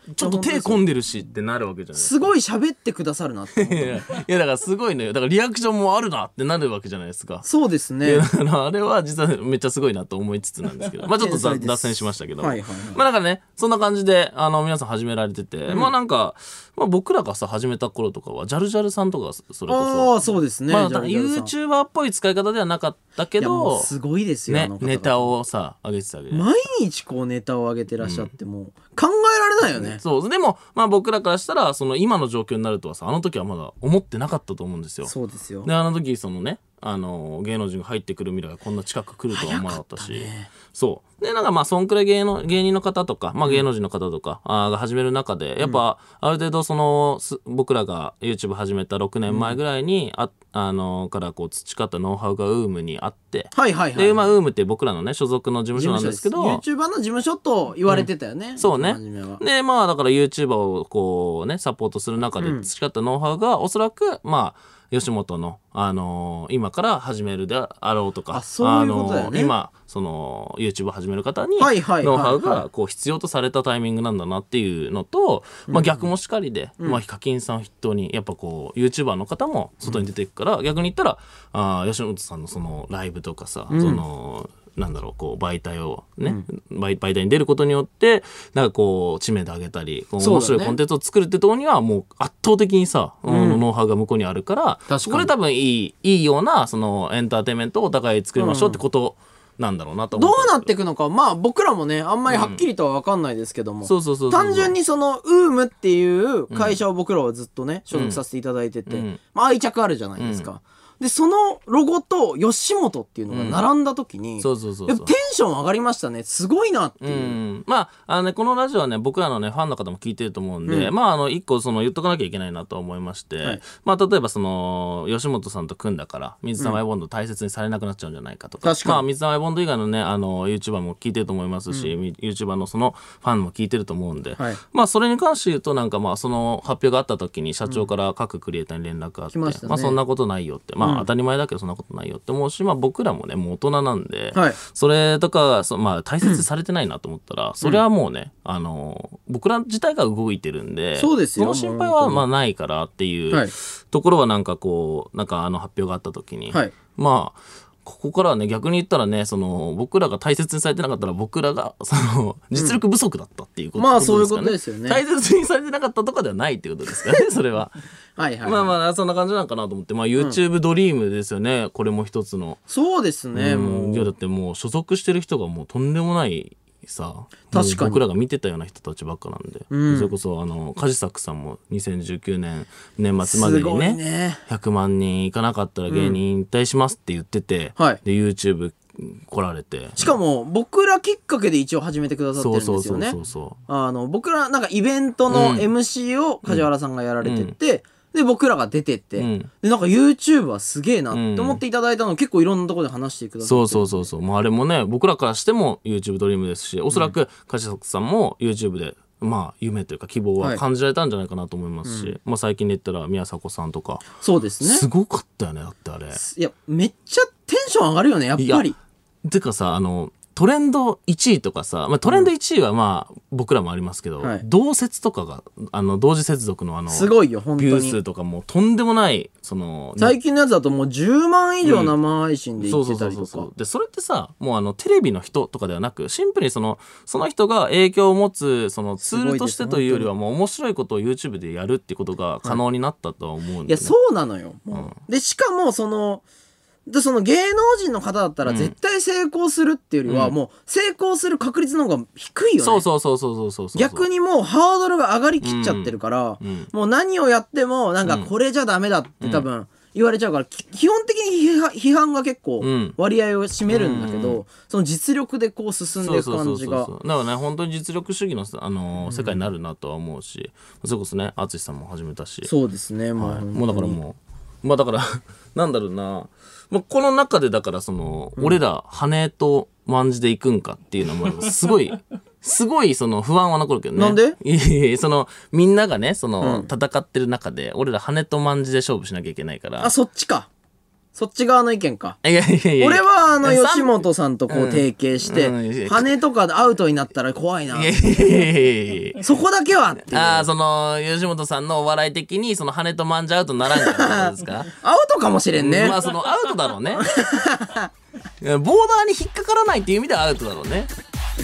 ちょっと手込んでるしってなるわけじゃないです
か。すごい喋ってくださるなって思った。
いやだからすごいのよ。だからリアクションもあるなってなるわけじゃないですか。
そうですね。
だからあれは実はめっちゃすごいなと思いつつなんですけど、まあちょっと脱線しましたけど、はいはいはい、まあだからね、そんな感じであの皆さん始められてて、うん、まあなんか、まあ、僕らがさ始めた頃とかはジャルジャルさんとかそれこそ、
ああそうですね。
まあ YouTuber っぽい使い方ではなかったけど、
すごいですよ
ね、ネタをさ上げてたわけで、
毎日こうネタを上げてらっしゃって、もう考えられないよね。
そうでもまあ僕らからしたらその今の状況になるとはさ、あの時はまだ思ってなかったと思うんですよ。
そうですよ。
であの時そのね、あの芸能人が入ってくる未来がこんな近く来るとは思わなかったし、ね、そうでなんかまあそんくらい芸能芸人の方とか、まあ、芸能人の方とか、うん、あが始める中でやっぱある程度その僕らが YouTube 始めたろくねんまえぐらいに、うん、ああのからこう培ったノウハウがウームにあって、
はいはいはい、
でまあウームって僕らのね所属の事務所なんですけど、
YouTuber の事務所と言われてたよね、
うん、そうね。でまあだから YouTuber をこうねサポートする中で培ったノウハウがおそらくまあ吉本の、あのー、今から始めるであろうとか、
あそういうことだよね、
あのー、今その YouTube を始める方にノウハウがこう必要とされたタイミングなんだなっていうのと、まあ、逆もしかりで、うんまあ、ヒカキンさんを筆頭にやっぱこう YouTuber の方も外に出ていくから、うん、逆に言ったらあ吉本さんのそのライブとかさ、うん、そのなんだろうこう媒体をね、うん、媒体に出ることによってなんかこう知名度上げたりこう面白いコンテンツを作るってところにはもう圧倒的にさ、うん、ノウハウが向こうにあるからこれ多分いいいいようなそのエンターテインメントをお互い作りましょうってことなんだろうなと思
う、どうなっていくのかまあ僕らもねあんまりはっきりとは分かんないですけども、単純にそのウームっていう会社を僕らはずっとね所属させていただいてて、うんまあ、愛着あるじゃないですか、うんでそのロゴと吉本っていうのが並んだ時に、やっぱテンション上がりましたね。すごいなっていう、うん、
まああの、ね、このラジオはね僕らのねファンの方も聞いてると思うんで、うん、まああの一個その言っとかなきゃいけないなと思いまして、はい、まあ例えばその吉本さんと組んだから水溜りボンド大切にされなくなっちゃうんじゃないかとか、うん、まあ水溜りボンド以外のねあの YouTuber も聞いてると思いますし、うん、YouTuber のそのファンも聞いてると思うんで、はい、まあそれに関して言うとなんかまあその発表があった時に社長から各クリエイターに連絡があって、うんまね、まあそんなことないよってまあ当たり前だけどそんなことないよって思うし、まあ、僕らもねもう大人なんで、はい、それとかそ、まあ、大切にされてないなと思ったら、うん、それはもうねあの僕ら自体が動いてるんで、
そうですよ、
その心配はまあないからっていう、はい、ところはなんかこうなんかあの発表があった時に、はい、まあここからはね逆に言ったらねその僕らが大切にされてなかったら僕らがその実力不足だったっていうこと、
うん、まあそういうことですよね。
大切にされてなかったとかではないっていうことですかねそれは
はいはい、
まあまあそんな感じなのかなと思って、まあ YouTube ドリームですよね、うん、これも一つの。
そうですね、
うん、もういやだってもう所属してる人がもうとんでもないさ、
確かに
僕らが見てたような人たちばっかなんで、うん、それこそあのカジサックさんもにせんじゅうきゅうねん年末までに ね, ねひゃくまんにんいかなかったら芸人引退しますって言ってて、うん、で YouTube 来られて、
しかも僕らきっかけで一応始めてくださってるんですよね。
そうそうそうそう、
あの僕らなんかイベントの エムシー を梶原さんがやられてて、うんうんで僕らが出てって、うん、でなんか YouTube はすげえなって思っていただいたのを結構いろんなところで話してくださって、
そうそうそうそう、もうあれもね僕らからしても YouTube ドリームですし、おそらく梶作さんも YouTube でまあ夢というか希望は感じられたんじゃないかなと思いますし、はい、まあ最近で言ったら宮迫さんとか、
そうですね、
すごかったよねだってあれ。
いやめっちゃテンション上がるよねやっぱり。
てかさあのトレンドいちいとかさ、まあ、トレンドいちいはまあ僕らもありますけど、うんはい、同説とかがあの同時接続のあの
すごいよ本当に
ビュー数とかもとんでもないその、ね、
最近のやつだともうじゅうまん以上生配信でいってたりとか、
でそれってさもうあのテレビの人とかではなくシンプルにそのその人が影響を持つそのツールとしてというよりはもう面白いことを YouTube でやるってことが可能になったとは思うんで、ね、
いやそうなのよ、うん、でしかもそのでその芸能人の方だったら絶対成功するっていうよりは、もう成功する確率の方が低いよね。
そうそうそうそうそうそう。
逆にもうハードルが上がりきっちゃってるから、うんうん、もう何をやってもなんかこれじゃダメだって多分言われちゃうから、基本的に批判が結構割合を占めるんだけど、うん、その実力でこう進んでいく感じが。だ
からね本当に実力主義の、あのー、世界になるなとは思うし、それこそね淳さんも始めたし。
そうですね、
もう、はい、もうだからもうまあだからなんだろうな。まあ、この中でだからその、うん、俺ら羽と卍で行くんかっていうのもすごいすごいその不安は残るけどね。
なんで？
いやいやそのみんながねその、うん、戦ってる中で俺ら羽と卍で勝負しなきゃいけないから。
あそっちか。 そっち側の意見か。
いやいやいや。
俺はあの吉本さんとこう提携して、羽とかでアウトになったら怖いな。いやいやいやそこだけはっていう。
ああ、その、吉本さんのお笑い的に、その羽とマンジャアウトにならんからですか？
アウトかもしれんね。
まあそのアウトだろうね。ボーダーに引っかからないっていう意味ではアウトだろうね。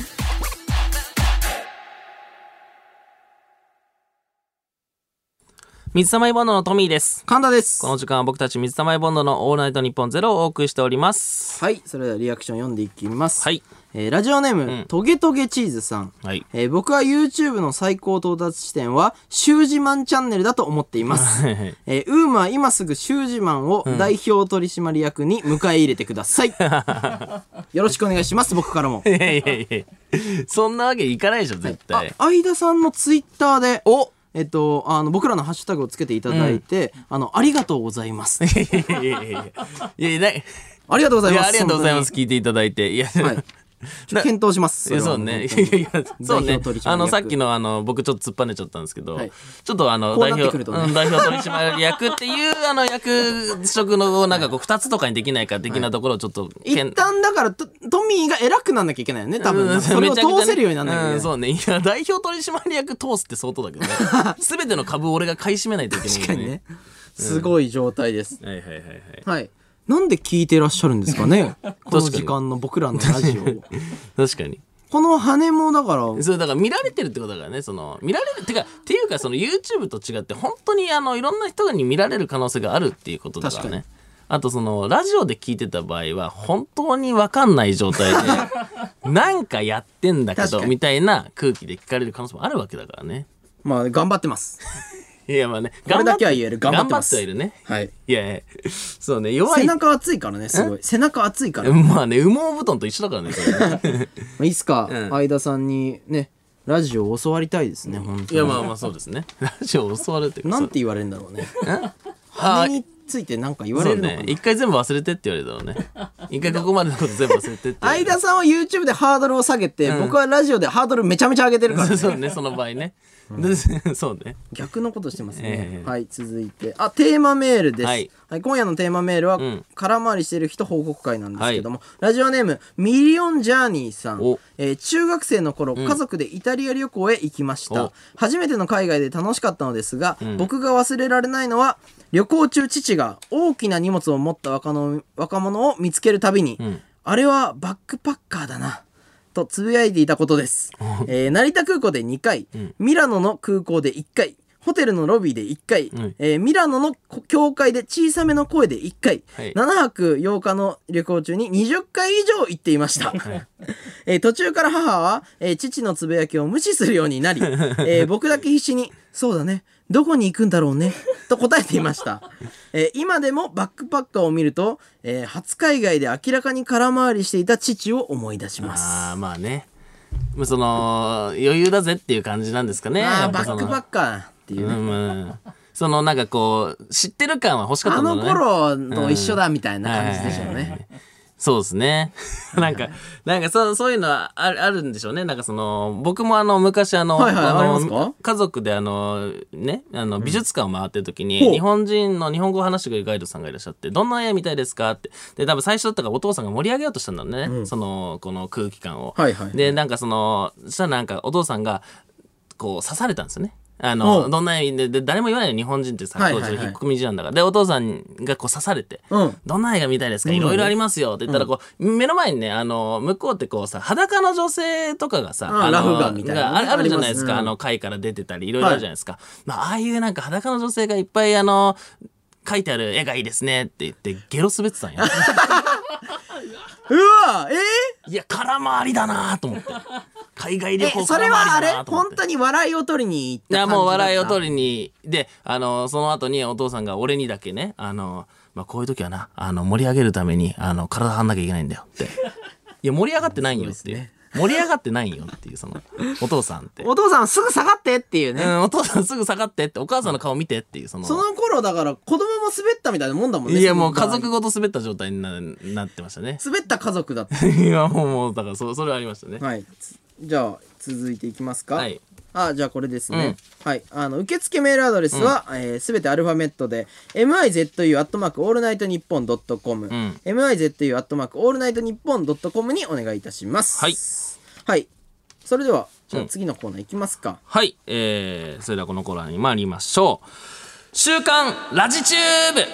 水溜りボンドのトミーです。
神田です。
この時間は僕たち水溜りボンドのオールナイトニッポンゼロをお送りしております。
はい、それではリアクション読んでいきます。
はい。
えー、ラジオネーム、うん、トゲトゲチーズさん。はい。えー、僕は YouTube の最高到達地点は、シュージマンチャンネルだと思っています。えー、ウームは今すぐシュージマンを代表取締役に迎え入れてください。よろしくお願いします、僕からも。
いやいやいやそんなわけいかないでしょ、絶対。はい、
あ、相田さんのツイッターで、おえっと、あの、僕らのハッシュタグをつけていただいて、うん、あの、ありがとうございます。いやいやいやいやいや、ありがとうございます。
ありがとうございます。聞いていただいて。いや、はい。
検討します。
そうね。いやいや、そうね。あの、さっきのあの、僕ちょっと突っぱねちゃったんですけど、はい、ちょっとあの、代表、ね、代表取締役っていう、あの、役職の、なんかこう、二つとかにできないか的なところをちょっと、はい、
一旦だから、トミーが偉くなんなきゃいけないよね、多分。うん、それを通せるようになんなきゃいけない。うん、
そうね。いや、代表取締役通すって相当だけどね。すべての株を俺が買い占めないといけない、ね。
確かにね。すごい状態です。
うん、はいはいはいはい。
はい。なんで聞いてらっしゃるんですかねこの時間の僕らのラジオを。
確かに。
この羽もだから。
そう、だから見られてるってことだからね、その、見られる、てか、っていうかその YouTube と違って、本当にあの、いろんな人に見られる可能性があるっていうことだからね。あとその、ラジオで聞いてた場合は、本当にわかんない状態で、なんかやってんだけど、みたいな空気で聞かれる可能性もあるわけだからね。
まあ、頑張ってます。
いやまあね、
これだけは言える。頑張ってます。
頑張ってはいるね。
はい。
いやいや、そうね、弱い。
背中熱いからね、すごい。背中熱いから。
まあね、羽毛布団と一緒だからね、それね。
いいっすか、うん、相田さんにね、ラジオを教わりたいですね、本当に。
いやまあまあそうですね。ラジオを教わるっていうか。
なんて言われるんだろうね。羽についてなんか言われるのかな。
そうね。一回全部忘れてって言われるだろうね。一回ここまでのこと全部忘れてって。
相田さんは YouTube でハードルを下げて、うん、僕はラジオでハードルめちゃめちゃ上げてるからね。
そうね、その場合ね。うん、そうね。
逆のことしてますね。えー、はい、続いて。あ、テーマメールです。はい。はい、今夜のテーマメールは、うん、空回りしてる人報告会なんですけども、はい、ラジオネーム、ミリオンジャーニーさん。えー、中学生の頃、うん、家族でイタリア旅行へ行きました。初めての海外で楽しかったのですが、うん、僕が忘れられないのは、旅行中父が大きな荷物を持った若の若者を見つけるたびに、うん、あれはバックパッカーだな。とつぶやいていたことです、えー、成田空港でにかい、うん、ミラノの空港でいっかい、ホテルのロビーでいっかい、うん、えー、ミラノの教会で小さめの声でいっかい、はい、ななはくようかの旅行中ににじゅっかい以上行っていました、はいえー、途中から母は、えー、父のつぶやきを無視するようになり、えー、僕だけ必死にそうだね、どこに行くんだろうねと答えていました、えー、今でもバックパッカーを見ると、えー、初海外で明らかに空回りしていた父を思い出します。
あーまあね、その余裕だぜっていう感じなんですかね。
あーバックパッカーっていうね、うんうん、
そのなんかこう知ってる感は欲しかったんだろうね。
あの頃と一緒だみたいな感じでしょうね、うん、
そうですね。なんか、なんかそう、そういうのはある、あるんでしょうね。なんかその、僕もあの、昔あの、はいはい、あの家族であの、ね、あの、美術館を回ってる時に、うん、日本人の日本語を話してくれるガイドさんがいらっしゃって、どんな絵みたいですかって。で、多分最初だったからお父さんが盛り上げようとしたんだね。うん、その、この空気感を。はいはいはい、で、なんかその、そしたらなんかお父さんが、こう、刺されたんですよね。あの、どんな意味で、で、誰も言わないよ、日本人ってさ、当時、引っ込み思案だから。で、お父さんがこう刺されて、うん、どんな映画見たいですか、いろいろありますよって言ったら、こう、うん、目の前にね、あの、向こうってこうさ、裸の女性とかがさ、
ああラフガンみたいな、
ね、あるじゃないですか、あ, あの、貝から出てたり、いろいろあるじゃないですか。はい、まあ、ああいうなんか裸の女性がいっぱい、あの、書いてある絵がいいですねって言って、ゲロ滑ってたんや。
うわえ
ー、いや、空回りだなと思って。海外旅行
それはあれ本当に笑いを取りに行った感じだった。
いやもう笑いを取りにであのその後にお父さんが俺にだけねあの、まあ、こういう時はなあの盛り上げるためにあの体張んなきゃいけないんだよっていや盛り上がってないんよっていう、ね、盛り上がってないんよっていうそのお父さんって
お父さんすぐ下がってっていうね、
うん、お父さんすぐ下がってってお母さんの顔見てっていうその
その頃だから子供も滑ったみたいなもんだもんね。
いやもう家族ごと滑った状態に な, なってましたね。
滑った家族だった
いやもうもうだから そ, それはありましたね。
はい、じゃあ続いていきますか。はい、 あ、じゃあこれですね。うん、はい。あの、受付メールアドレスは、すべ、うんえー、てアルファベットで、ミズ アットマークオールナイトニッポンドットコム、うん、ミズ アットマークオールナイトニッポンドットコムにお願いいたします。
はい。
はい。それでは、じゃあ次のコーナーいきますか。うん、
はい。えー、それではこのコーナーに参りましょう。週刊ラジチューブ。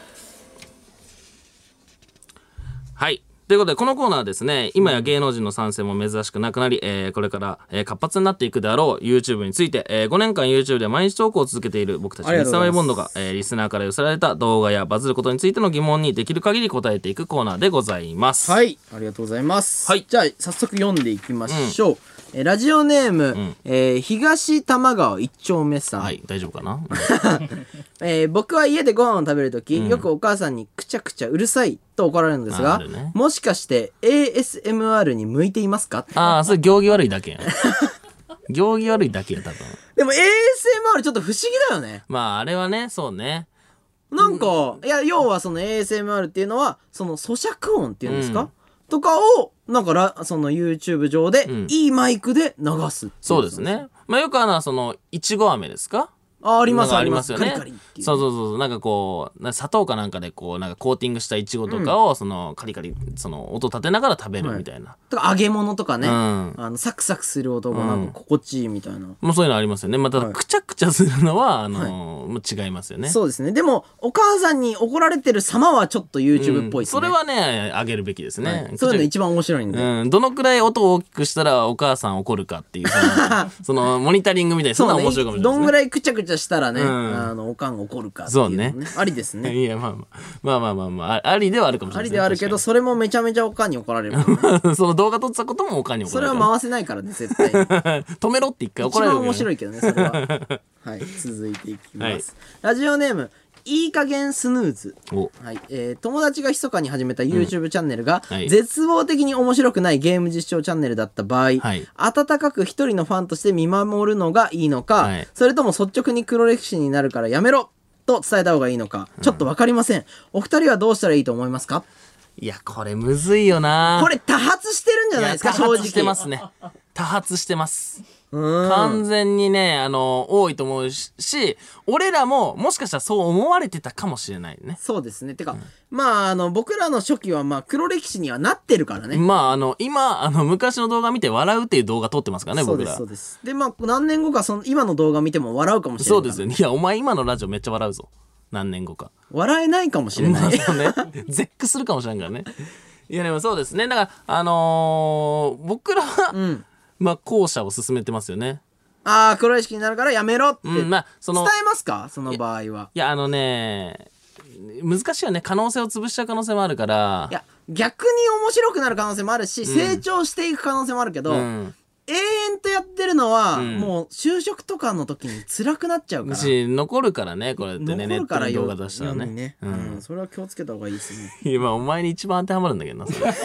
はい。ということで、このコーナーはですね、今や芸能人の参戦も珍しくなくなり、えー、これから、えー、活発になっていくであろう YouTube について、えー、ごねんかん YouTube で毎日投稿を続けている僕たち水溜りボンドが、えー、リスナーから寄せられた動画やバズることについての疑問にできる限り答えていくコーナーでございます。
はい、ありがとうございます。
はい。
じゃあ、早速読んでいきましょう。うんえラジオネーム、うんえー、東玉川一丁目さん。
はい、大丈夫かな、
えー、僕は家でご飯を食べるとき、うん、よくお母さんにくちゃくちゃうるさいと怒られるんですが、ね、もしかして エーエスエムアール に向いていますか？
ああ、それ行儀悪いだけやん。行儀悪いだけや、多分。
でも エーエスエムアール ちょっと不思議だよね。
まあ、あれはね、そうね。
なんか、いや、要はその エーエスエムアール っていうのは、その咀嚼音っていうんですか、うんとかを、なんかラ、その YouTube 上で、いいマイクで流す、うん。
そうですね。まあよくあの、その、いちご飴ですか？
あ、あります
ありますよね。
カリカリっていう。
そうそうそう。なんかこう、砂糖かなんかでこう、なんかコーティングしたイチゴとかを、その、カリカリ、その、音立てながら食べるみたいな。はい、
とか揚げ物とかね。うん、あの、サクサクする音がなんか心地いいみたいな。
もうそういうのありますよね。まあ、ただ、くちゃくちゃするのは、あのー、はい、違いますよね。
そうですね。でも、お母さんに怒られてる様はちょっと YouTube っぽいですね。
うん、それはね、上げるべきですね。
はい、そういうの一番面白いんで。
うん。どのくらい音を大きくしたらお母さん怒るかっていう、その、そのモニタリングみたいな、そんな面白いかもしれないですね。
どんぐらいくちゃくちゃしたらね、うんあの、おかんが怒るかっていう、ね。そうね。ありですね。
いや、まあまあ、まあまあまあ、まあ、ありではあるかもしれない、
ね。ありではあるけど、それもめちゃめちゃおかんに怒られる、ね。
その動画撮ってたこともおかんに怒られる。
それは回せないからね、絶対に。
止めろって一回怒られる、
ね。一番面白いけどね、それは。はい、続いていきます。はい、ラジオネーム、いい加減スヌーズ。はいえー、友達が密かに始めた YouTube、うん、チャンネルが、はい、絶望的に面白くないゲーム実証チャンネルだった場合、はい、温かく一人のファンとして見守るのがいいのか、はい、それとも率直に黒歴史になるからやめろと伝えた方がいいのか、ちょっとわかりません、うん。お二人はどうしたらいいと思いますか？
いや、これむずいよな。
これ多発してるんじゃないですか、正直。
多発してますね。多発してます。完全にね、あの、多いと思うし、俺らももしかしたらそう思われてたかもしれないね。
そうですね。てか、うん、まあ、あの、僕らの初期はまあ、黒歴史にはなってるからね。
まあ、あの、今、あの、昔の動画見て笑うっていう動画撮ってますからね、僕ら。
そうです、そうです。で、まあ、何年後か、その、今の動画見ても笑うかもしれない。そ
うですよね。いや、お前今のラジオめっちゃ笑うぞ。何年後か。
笑えないかもしれない。
そうね。絶句するかもしれないからね。いや、でもそうですね。だから、あのー、僕らは、うん、まあ、後者を進めてますよね。
ああ、黒い式になるからやめろって、うんまあ、その伝えますか、その場合は。
いや、あのね、難しいよね。可能性を潰しちゃう可能性もあるから。
いや、逆に面白くなる可能性もあるし、うん、成長していく可能性もあるけど、うん、永遠とやってるのは、うん、もう就職とかの時に辛くなっちゃうから。
し、残るからね、これってね、ネットの動画出したらね。
ねうん、うん、それは気をつけた方がいいですね。
今、お前に一番当てはまるんだけどな、それ。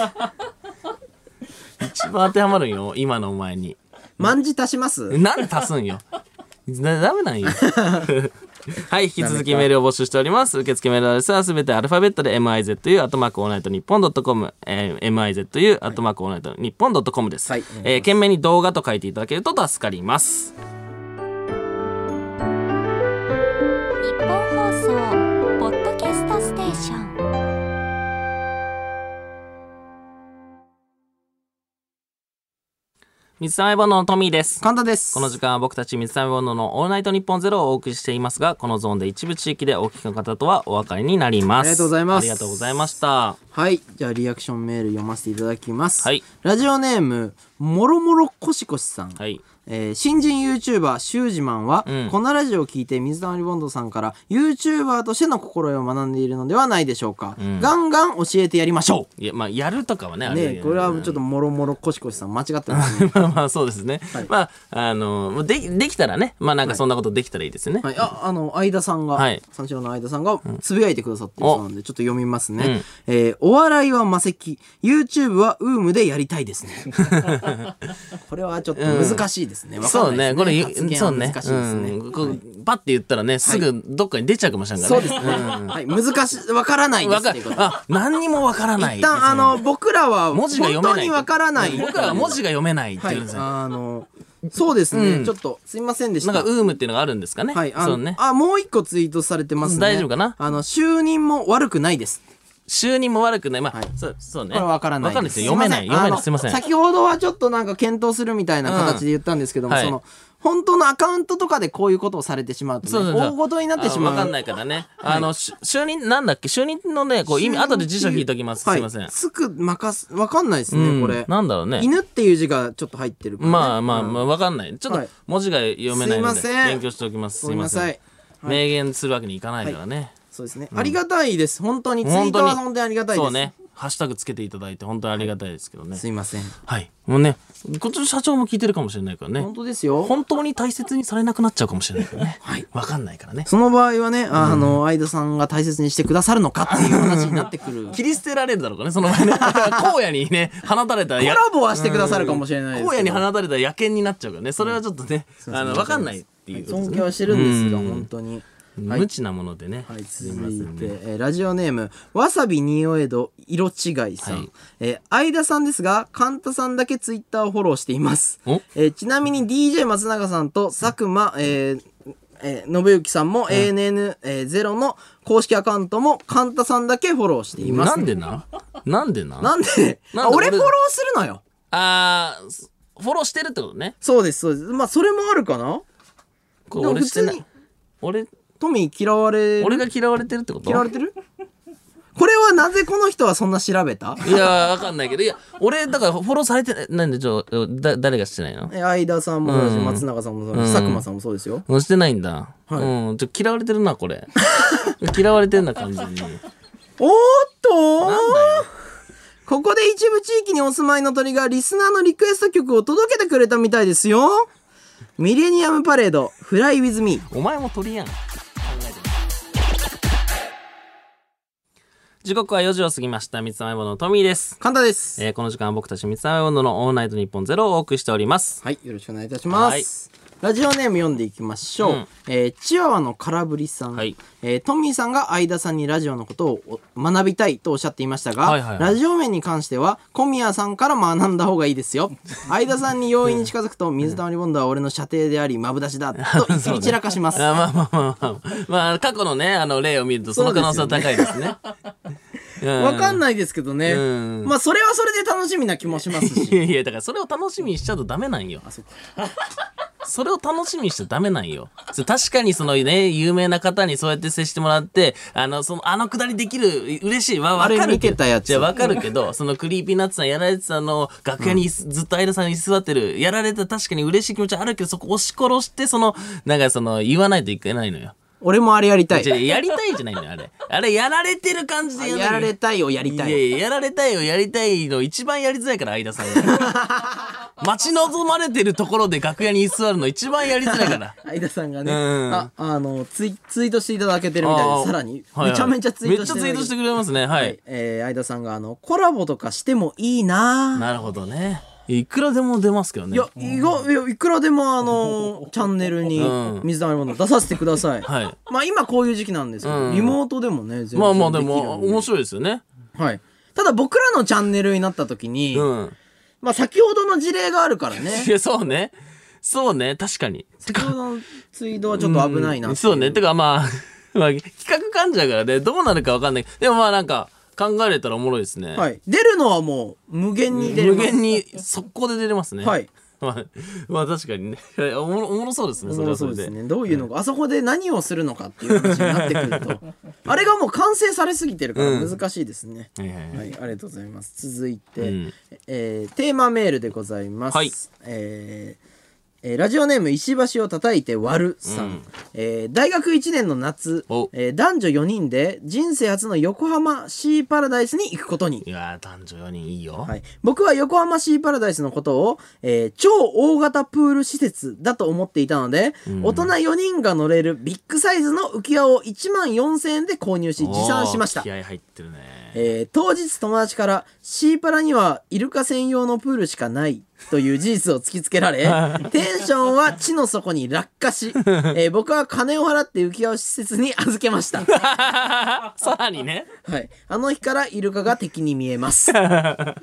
一番当てはまるんよ、今のお前に。
万字足します？
なんで足すんよ。ダメなんよ。はい、引き続きメールを募集しております。受付メールアドレスはすべてアルファベットで ミズ アットマークオールナイトニッポンドットコム、えー、ミズ アットマークオールナイトニッポンドットコムです。はい、えー、懸命に動画と書いていただけると助かります。
日本放送ポッドキャストステーション。
水溜りボンドのトミーです。
神田です。
この時間は僕たち水溜りボンドのオールナイトニッポンゼロをお送りしていますが、このゾーンで一部地域でお聞きの方とはお別れになります。
ありがとうございます。
ありがとうございました。
はい。じゃあリアクションメール読ませていただきます。
はい。
ラジオネーム、もろもろこしこしさん。
はい。
えー、新人 YouTuber シュージマンは、うん、このラジオを聞いて水溜りボンドさんから YouTuber としての心得を学んでいるのではないでしょうか、うん、ガンガン教えてやりましょ
う。いや、まあやるとかはね、あ
れね、これはちょっともろもろこしこしさん間違ってます、ね、
まあまあそうですね、はい、まああのでできたらね、まあなんかそんなことできたらいいですね、
はいはい、ああの相田さんが、はい、三四郎の相田さんがつぶやいてくださってるそうなんでちょっと読みますね、うんえー、お笑いは魔石 YouTube はウームでやりたいですねこれはちょっと難しいですね、うん、
そうねこれそうね、うん、こうパッて言ったらねすぐどっかに出ちゃうかもしれないからね。
そうですね。うん、はい、難しいわからないですっていうこと。
あ、何にもわからない。
一旦あの僕らは文字が読めない。本当にわからない。
僕らは文字が読めないっていうんですよ。
あのそうですね、
うん
ちょっとすいませんでした。
なんかウームっていうのがあるんですかね。
はい、あ
そうね。
あ、もう一個ツイートされてますね。
大丈夫かな。
あの、就任も悪くないです。
就任も悪くない。まあ、
はい、
そう、そうね。
これわからないです。
わかんないですよ。読めない。読めない。すいません。
先ほどはちょっとなんか検討するみたいな形で言ったんですけども、
うん、
その、本当のアカウントとかでこういうことをされてしまうと、ね、そうそうそう大ごとになってしまう。
わかんないからね。あの、就任、なんだっけ就任のね、こう意味、後で辞書引いときます。すいません。
つく、任す、わかんないですね、うん、これ。
なんだろうね。
犬っていう字がちょっと入ってるから、ね。
まあまあまあ、わかんない。ちょっと文字が読めないので、勉強しておきます。
すいません。はい、
明言するわけにいかないからね。はい、
そうですね、うん。ありがたいです。本当にツイートは本当にありがたいです。
そうね。ハッシュタグつけていただいて本当にありがたいですけどね。
すいません。
はい。もうね、こっちの社長も聞いてるかもしれないからね。
本当ですよ。
本当に大切にされなくなっちゃうかもしれないからね。はい。わかんないからね。
その場合はね、あの、相田さんが大切にしてくださるのかっていう話になってくる。
切り捨てられるだろうかね、その場合ね。荒野にね、放たれた
コラボはしてくださるかもしれないですけど。
荒野に放たれた野犬になっちゃうからね。それはちょっとね、あの、わかんないっていう。
尊敬はしてるんですが、本当に。
無知なものでね。
はい、続いて、えー、ラジオネーム、わさびにおえど色違いさん。はい、えー、相田さんですが、カンタさんだけツイッターをフォローしています。えー、ちなみに ディージェー 松永さんと佐久間、えーえー、信之さんも エーエヌエヌゼロ の公式アカウントもカンタさんだけフォローしています。
なんでななんでな
なんであ、俺フォローするのよ。
あー、フォローしてるってことね。
そうです、そうです。まあ、それもあるかな。
これ俺してない。俺、
トミー嫌われる。
俺が嫌われてるってこと？
嫌われてる？これはなぜこの人はそんな調べた？
いやー、わかんないけど、いや、俺、だからフォローされてない、なんで、ちょ、だ、誰がしてないの？
え、相田さんもそうだし、うん、松永さんもそうだし、佐久間さんもそうですよ。
してないんだ。はい、うん、ちょ、嫌われてるな、これ。嫌われてんな、完全に。
おーっとなんだよ。ここで一部地域にお住まいの鳥がリスナーのリクエスト曲を届けてくれたみたいですよ。ミレニアムパレード、フライウィズミー。
お前も鳥やん。時刻はよじを過ぎました。三つ編みボンドのトミーです。
カンタです。
えー、この時間は僕たち三つ編みボンドのオールナイトニッポンゼロをお送りしております。
はい、よろしくお願いいたします。ラジオネーム読んでいきましょう。うん、えー、チワワの空振りさん、はい、えー、トミーさんが相田さんにラジオのことを学びたいとおっしゃっていましたが、はいはいはい、ラジオ面に関しては小宮さんから学んだ方がいいですよ。相田さんに容易に近づくと水溜りボンドは俺の射程でありマブダシだと言って散らかします。
あ、まあまあまあまあ、まあ過去のねあの例を見るとその可能性は高いですね。
わかんないですけどね、うん、まあそれはそれで楽しみな気もしますし。
いやいやだからそれを楽しみにしちゃうとダメなんよ。あ、そうか。それを楽しみにしちゃダメなんよ。確かにそのね有名な方にそうやって接してもらってあのそのあのくだりできる嬉しいわ分かるけど、じゃあ分かるけどそのクリーピーナッツさんやられてたの楽屋にずっと相田さんに座ってるやられた確かに嬉しい気持ちあるけどそこ押し殺してそのなんかその言わないといけないのよ。
俺もあれやりたい。
やりたいじゃないのよ、あれ。あれ、やられてる感じで
やらやられたいをやりたい。
いやいや、やられたいをやりたいの一番やりづらいから、相田さんが。待ち望まれてるところで楽屋に居座るの一番やりづらいから。
相田さんがね、うん、あ、あの、ツイ、ツイートしていただけてるみたいで、さらに、めちゃめちゃツイートして、
めっちゃツイートしてくれますね。はい。はい、
えー、相田さんが、あの、コラボとかしてもいいな
なるほどね。いくらでも出ますけどね。
いや、いや、いくらでもあの、チャンネルに水溜りボンド出させてください。はい。まあ今こういう時期なんですけど、うん、リモートでもね、全然
まあまあでも面白いですよね。
はい。ただ僕らのチャンネルになった時に、うん、まあ先ほどの事例があるからね。
いや、そうね。そうね、確かに。
先ほどのツイートはちょっと危ないな、
うん。そうね。てかまあ、まあ、企画噛んじゃうからね、どうなるかわかんない。でもまあなんか、考えれたらおもろいですね。
はい。出るのはもう無限に出れます。
無限に速攻で出れますね。
はい。
まあ、まあ確かにね。おもろ、おもろそうですね。
それはそうですね。どういうのか、あそこで何をするのかっていう話になってくると、あれがもう完成されすぎてるから難しいですね。うん、はいはいはい。はい、ありがとうございます。続いて、うん、えー、テーマメールでございます。はい。えーえー、ラジオネーム石橋を叩いて割るさん、うん、えー、大学いちねんの夏、えー、男女よにんで人生初の横浜シーパラダイスに行くことに。
いやー男女よにんいいよ、
はい、僕は横浜シーパラダイスのことを、えー、超大型プール施設だと思っていたので、うん、大人よにんが乗れるビッグサイズの浮き輪をいちまんよんせんえんで購入し持参しました。
気合入ってるね。
えー、当日友達からシーパラにはイルカ専用のプールしかないという事実を突きつけられテンションは地の底に落下し、えー、僕は金を払って浮き輪を施設に預けました。
さらにね、
はい、あの日からイルカが敵に見えます。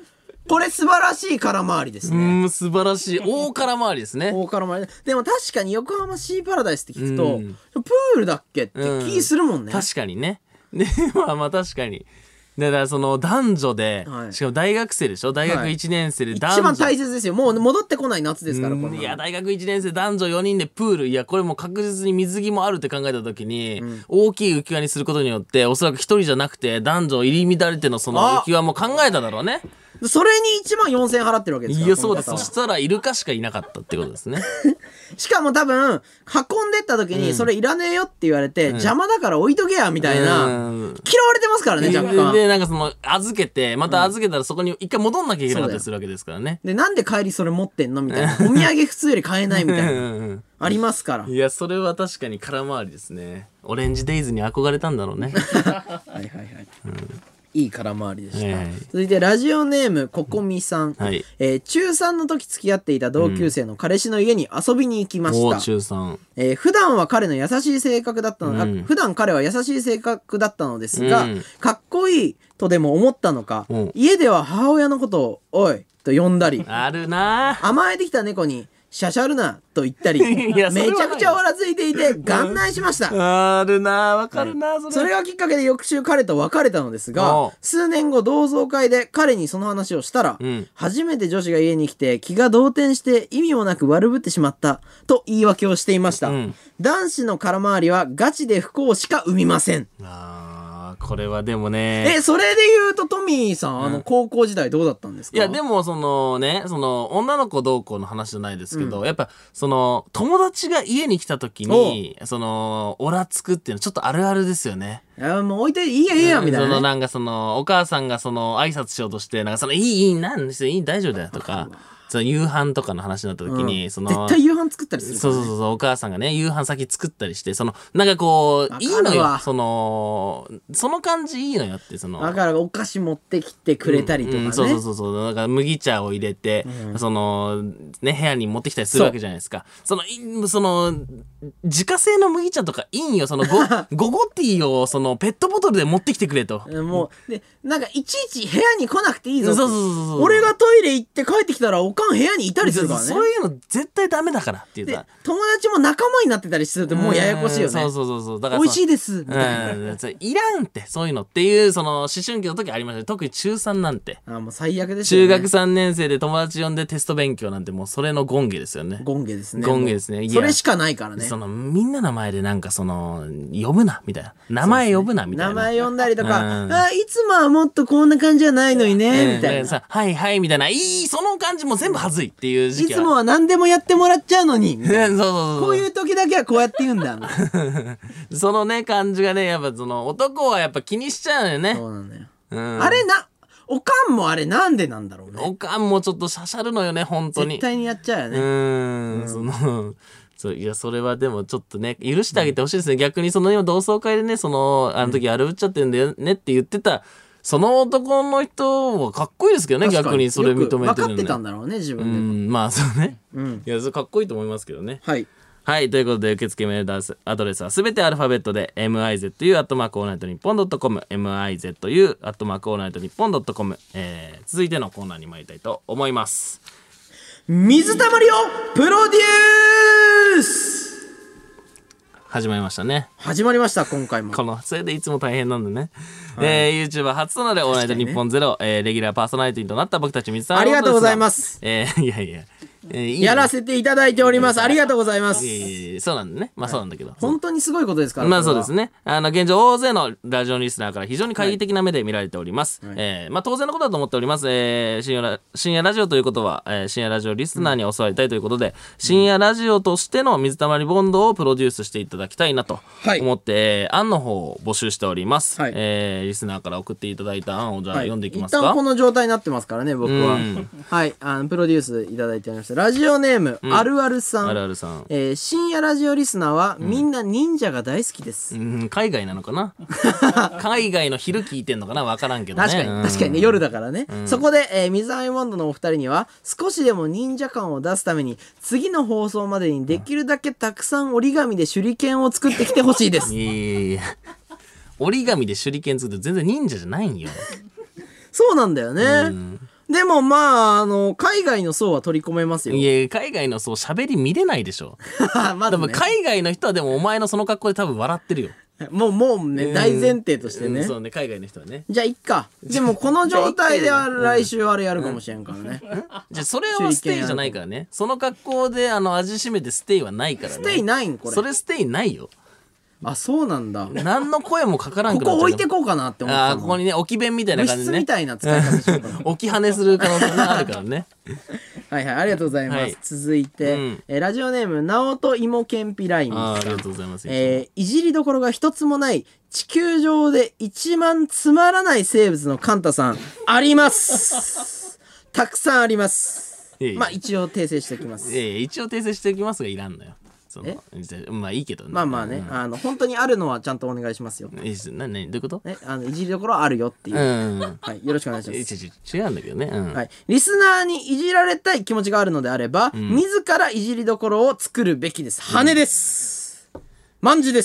これ素晴らしい空回りですね。
うん、素晴らしい。大空回りですね。
大空回り。でも確かに横浜シーパラダイスって聞くと、プールだっけって気するもんね。
確かにね。で、まあまあ確かに。だからその男女で、はい、しかも大学生でしょ、大学いちねん生で男女、
はい、一番大切ですよ。もう戻ってこない夏ですから。こ
いや大学いちねん生男女よにんでプール、いやこれも確実に水着もあるって考えた時に、うん、大きい浮き輪にすることによっておそらく一人じゃなくて男女入り乱れてのその浮き輪も考えただろうね。
それにいちまんよんせんえん払ってるわけですから。
いやそうです。そしたらイルカしかいなかったってことですね。
しかも多分運んでった時にそれいらねえよって言われて、うん、邪魔だから置いとけやみたいな、うん、嫌われてますからね若干。
でなんかその預けてまた預けたらそこに一回戻んなきゃいけなかったりするわけですからね。
でなんで帰りそれ持ってんのみたいな。お土産普通より買えないみたいなありますから。
いやそれは確かに空回りですね。オレンジデイズに憧れたんだろうね。はいはいはい、
うんいい空回りでした、はい、続いてラジオネームここみさん、はい、えー、中さんの時付き合っていた同級生の彼氏の家に遊びに行きました、うん、
中さん、
えー、普段は彼の優しい性格だったの、うん、普段彼は優しい性格だったのですが、うん、かっこいいとでも思ったのか、うん、家では母親のことをおいと呼んだり、
あるな、
甘えてきた猫にシャシャるなと言ったりめちゃくちゃ笑ついていて元内しました。
あるな、わかるな、はい、
それ。それがきっかけで翌週彼と別れたのですが、数年後同窓会で彼にその話をしたら、うん、初めて女子が家に来て気が動転して意味もなく悪ぶってしまったと言い訳をしていました、うん、男子の空回りはガチで不幸しか生みません。
あこれはでもね、
えそれで言うとトミーさん、うん、あの高校時代どうだったんですか？
いやでもそのね、その女の子どうこうの話じゃないですけど、うん、やっぱその友達が家に来た時にそのオラつくっていうのはちょっとあるあるですよね。
いやもう置いていいやいいやみたいな、ね、
そのなんかそのお母さんがその挨拶しようとしてなんかそのいいいいなんですよ、いい大丈夫だよとか。その夕飯とかの話になった時に、うん、その
絶対夕飯作ったりするから、
ね、そうそうそう、お母さんがね夕飯先作ったりしてそのなんかこういいのよ、そのその感じいいのよってその
だからお菓子持ってきてくれたりとかね、うんうん、
そうそうそうそう、だから麦茶を入れて、うん、そのね部屋に持ってきたりするわけじゃないですか。そのその自家製の麦茶とかいいんよ、そのゴゴゴティーをそのペットボトルで持ってきてくれと。
もうでなんかいちいち部屋に来なくていいぞ。
そうそうそうそう、
俺がトイレ行って帰ってきたらおかん部屋にいたりするからね。
そういうの絶対ダメだからっていうさ、
友達も仲間になってたりするともうややこしいよね。
そうそうそうそう、だから
美味しいですみ
たいな、うん、いらんってそういうのっていうその思春期の時ありましたね。特に中さんなんて
あもう最悪ですよね。
中学さんねん生で友達呼んでテスト勉強なんてもうそれのゴンゲですよね。
ゴンゲですね。
ゴンゲですね。
それしかないからね。
そのみんなの前でなんかその呼ぶなみたいな、名前呼ぶなみたいな、
ね、名前呼んだりとか、うん、あいつもはもっとこんな感じじゃないのにね、うん、みたいな
さ、はいはいみたいな、いいその感じも全部はずいっていう時期は、
いつもは何でもやってもらっちゃうのに
そうそうそう、
こういう時だけはこうやって言うんだ
そのね感じがねやっぱその男はやっぱ気にしちゃうよね。
そうなんだよ、うん、あれなおかんもあれなんでなんだろうね。
おかんもちょっとしゃしゃるのよね本当に。
絶対にやっちゃうよね。
うーん、うん、そのそういやそれはでもちょっとね許してあげてほしいですね、うん、逆にその今同窓会でねそのあの時あれ打っちゃってんだよねって言ってたその男の人はかっこいいですけどね。逆にそれ認めてるのね。
分かってたんだろうね自分でも。
うんまあそうね、
うん、
いやそれかっこいいと思いますけどね。
はい
はい、ということで受付メールアドレスはすべてアルファベットで エムアイゼットユー アットマークオールナイトニッポンドットコム エムアイゼットユー アットマークオールナイトニッポンドットコム、えー、続いてのコーナーに参りたいと思います。
水たまりをプロデュース
始まりましたね。
始まりました今回も。
このそれでいつも大変なんでね、はい、えー、YouTuber 初となるオールナイトニッポンゼロ、ねえー、レギュラーパーソナリティとなった僕たち水溜りボンドですが、
ありがとうございます。
えー、いやいやえー、いい
やらせていただいております。ありがとうございます。
いやいやそうなんだね。まあそうなんだけど、はい、
本当にすごいことですから
まあそうですね。あの現状大勢のラジオリスナーから非常に懐疑的な目で見られております、はい、えー、まあ当然のことだと思っております、えー、深夜ラ深夜ラジオということは、えー、深夜ラジオリスナーに教わりたいということで、うん、深夜ラジオとしての水溜りボンドをプロデュースしていただきたいなと思って、はい、案の方を募集しております、はい、えー、リスナーから送っていただいた案をじゃあ、はい、読んでいきますか。
一旦この状態になってますからね僕は、うん、はいあのプロデュースいただいておりました。ラジオネームうん、あるあるさん、
あるあるさん、
えー、深夜ラジオリスナーはみんな忍者が大好きです、
うん、海外なのかな海外の昼聞いてんのかな分からんけどね。
確かに、うん、確かにね夜だからね、うん、そこで、えー、水溜りボンドのお二人には少しでも忍者感を出すために次の放送までにできるだけたくさん折り紙で手裏剣を作ってきてほしいです。
いやいやいや折り紙で手裏剣作って全然忍者じゃないんよ。
そうなんだよね、うんでもまあ、あの、海外の層は取り込めますよ。
いや、海外のそう喋り見れないでしょ。
まずね、
でも海外の人はでもお前のその格好で多分笑ってるよ。
もう、もうね、大前提としてね。
うんそうね、海外の人はね。
じゃあ、いっか。でも、この状態では来週あれやるかもしれんからね。
じゃあそれはステイじゃないからね。その格好であの味しめてステイはないからね。
ステイないんこれ。
それステイないよ。
あ、そうなんだ。
何の声もかからんくなっちゃう。
ここ置いてこうかなって思ったの。
ああ、ここにね、置き弁みたいな感じでね。
物質みたいな使い方しようかな。
置き跳ねする可能性があるからね。
はいはい、ありがとうございます。
はい、
続いて、うんえー、ラジオネーム、なおといもけんぴラインさん。
あありがとうございます。
えー、いじりどころが一つもない地球上で一番つまらない生物のカンタさん、ありますたくさんあります。いやいやまあ一応訂正しておきます。
いやいや一応訂正しておきますがいらんのよ。そのまあいいけどね。
まあまあね、うん、あの本当にあるのはちゃんとお願いしますよ。
いいです。な何どういうこと？
ね、あのいじりどころはあるよっていう、うんはい、よろしくお願いします。
違うんだけどね、うん
はい。リスナーにいじられたい気持ちがあるのであれば、うん、自らいじりどころを作るべきです。羽です。まんじです。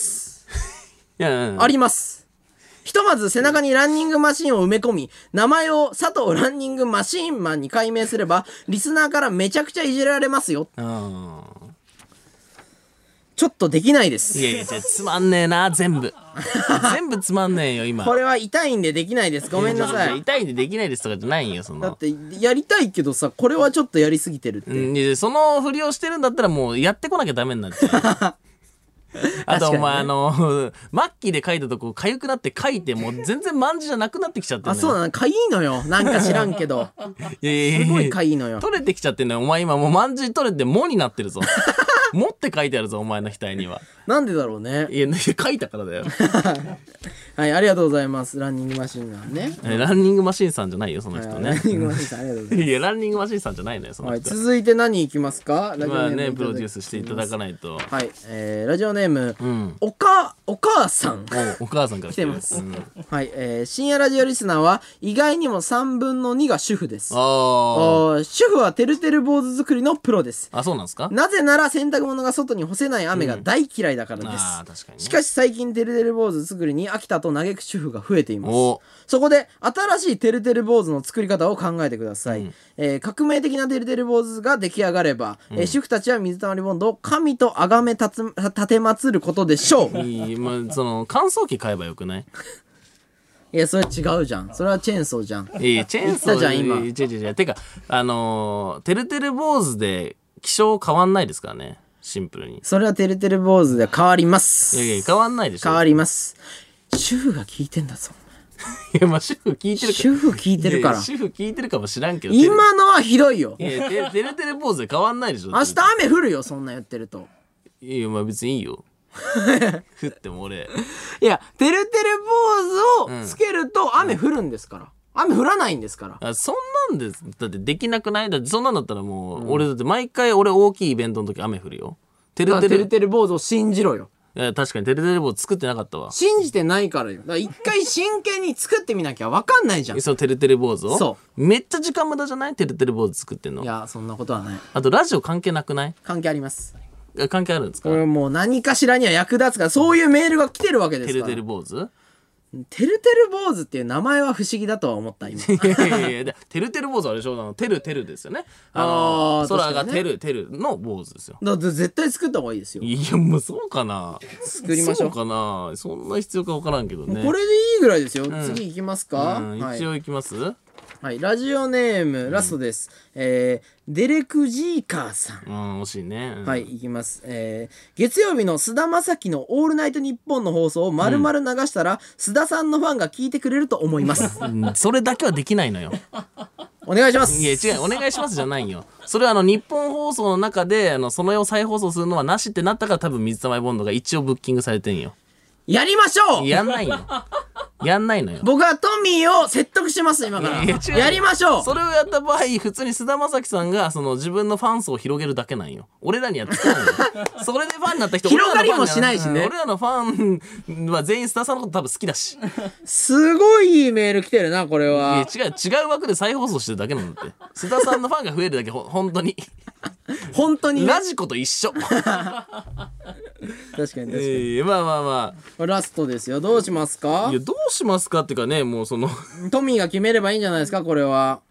いや、うん、あります。ひとまず背中にランニングマシンを埋め込み、名前を佐藤ランニングマシンマンに改名すれば、リスナーからめちゃくちゃいじられますよ。あちょっとできないです。
いやいや、つまんねえな、全部。全部つまんねえよ、今。
これは痛いんでできないです。ごめんなさい。
痛いんでできないですとかじゃないよ、その。
だって、やりたいけどさ、これはちょっとやりすぎてるって。
うん、いやそのふりをしてるんだったらもうやってこなきゃダメになっちゃう。あとお前、ね、あの末期で書いたとこ痒くなって書いてもう全然まんじじゃなくなってきちゃってる
のよ。あ、そうなの、かいいのよ。なんか知らんけど。いやいやいやすごいかいいのよ。
取れてきちゃってんのよ。お前今もうまんじ取れてもになってるぞ。持って書いてあるぞお前の額には。
なんでだろうね。
いや書いたからだよ。
はいありがとうございます。ランニングマシンがね。
ランニングマシンさんじゃないよその人ね。
ランニングマシンさんありがとうございます。
いやランニングマシンさんじゃないのよその人。
はい、続いて何いきますか。
ラジオネームまあねプロデュースしていただかないと。
はい、えー、ラジオネーム、うん、おかお母さん。
お母さんから
来てます。うん、はい、えー、深夜ラジオリスナーは意外にもさんぶんのにが主婦です。ああ。主婦はてるてる坊主作りのプロです。
あそうなんですか。
なぜなら洗濯物が外に干せない雨が大嫌いだからです。うん、あ確かにね、しかし最近てるてる坊主作りに飽きたと嘆く主婦が増えています。そこで新しいてるてる坊主の作り方を考えてください。うん、えー、革命的なてるてる坊主が出来上がれば、うん、えー、主婦たちは水溜りボンドを神と崇めたつ立てまつることでしょう。
いい、まあ、その乾燥機買えばよくない？
いやそれ違うじゃん。それはチェーンソーじゃん。
いやチェーンソーじゃん今。違う違う違う。てかあのー、てるてる坊主で気象変わんないですからね。シンプルに。
それはてるてる坊主で変わります。
いやいや変わんないでしょ。
変わります。主婦が聞いてんだぞ。
いやまあ主婦聞いてる
主婦聞いてるから。
主婦聞いてるかもしらんけど。
今のはひどいよ。
いやてるてる坊主で変わんないでしょ。
明日雨降るよそんな言ってると。
いやまあ別にいいよ。降っても俺。
いやてるてる坊主をつけると雨降るんですから。うん雨降らないんですから。
あそんなんです。だってできなくない？だってそんなんだったらもう、うん、俺だって毎回俺大きいイベントの時雨降るよ。
てるてるてるてる坊主を信じろよ。
いや確かにてるてる坊主作ってなかったわ。
信じてないからよ。だから一回真剣に作ってみなきゃ分かんないじゃん。
そのてるてる坊主を。
そう
めっちゃ時間無駄じゃない？てるてる坊主作ってんの。
いやそんなことはない。
あとラジオ関係なくない？
関係あります。
関係あるんですか？
これもう何かしらには役立つからそういうメールが来てるわけですから。
てるてる坊主
てるてる坊主っていう名前は不思議だとは思った今。い
やいやいやてるてる坊主あれでしょ。あのてるてるですよね。あのあ空がてるてるの坊主ですよ。
だって絶対作った方がいいですよ。
いやもうそうかな。
作りましょう。
そうかな。そんな必要か分からんけどね。
これでいいぐらいですよ。うん、次行きますか。
うん、一応行きます。
はい、ラジオネームラストです。うん、えー、デレク・ジーカーさん。
うん、惜しいね。うん、
はい、いきます。えー、月曜日の菅田将暉のオールナイトニッポンの放送を丸々流したら、うん、菅田さんのファンが聞いてくれると思います。
うん、それだけはできないのよ。
お願いします。
いや違う、お願いしますじゃないよ。それはあの日本放送の中であのそのを再放送するのはなしってなったから多分水溜りボンドが一応ブッキングされてんよ。
やりましょう。
やんないよ。やんないのよ。
僕はトミーを説得します今から。いやいややりましょう。
それをやった場合普通に菅田将暉さんがその自分のファン層を広げるだけなんよ。俺らには使うのよ。それでファンになった人
広がりもしないしね。
俺らのファンは全員菅田さんのこと多分好きだし。
すごいいいメール来てるなこれは。
いや違う違う枠で再放送してるだけなんだって。菅田さんのファンが増えるだけほ本当に。
本当に、ね、
ラジコと一緒。
確かに確かに、え
ー、まあまあま
あラストですよ。どうしますか。
いやどうしますかっていうかねもうその
トミーが決めればいいんじゃないですかこれは。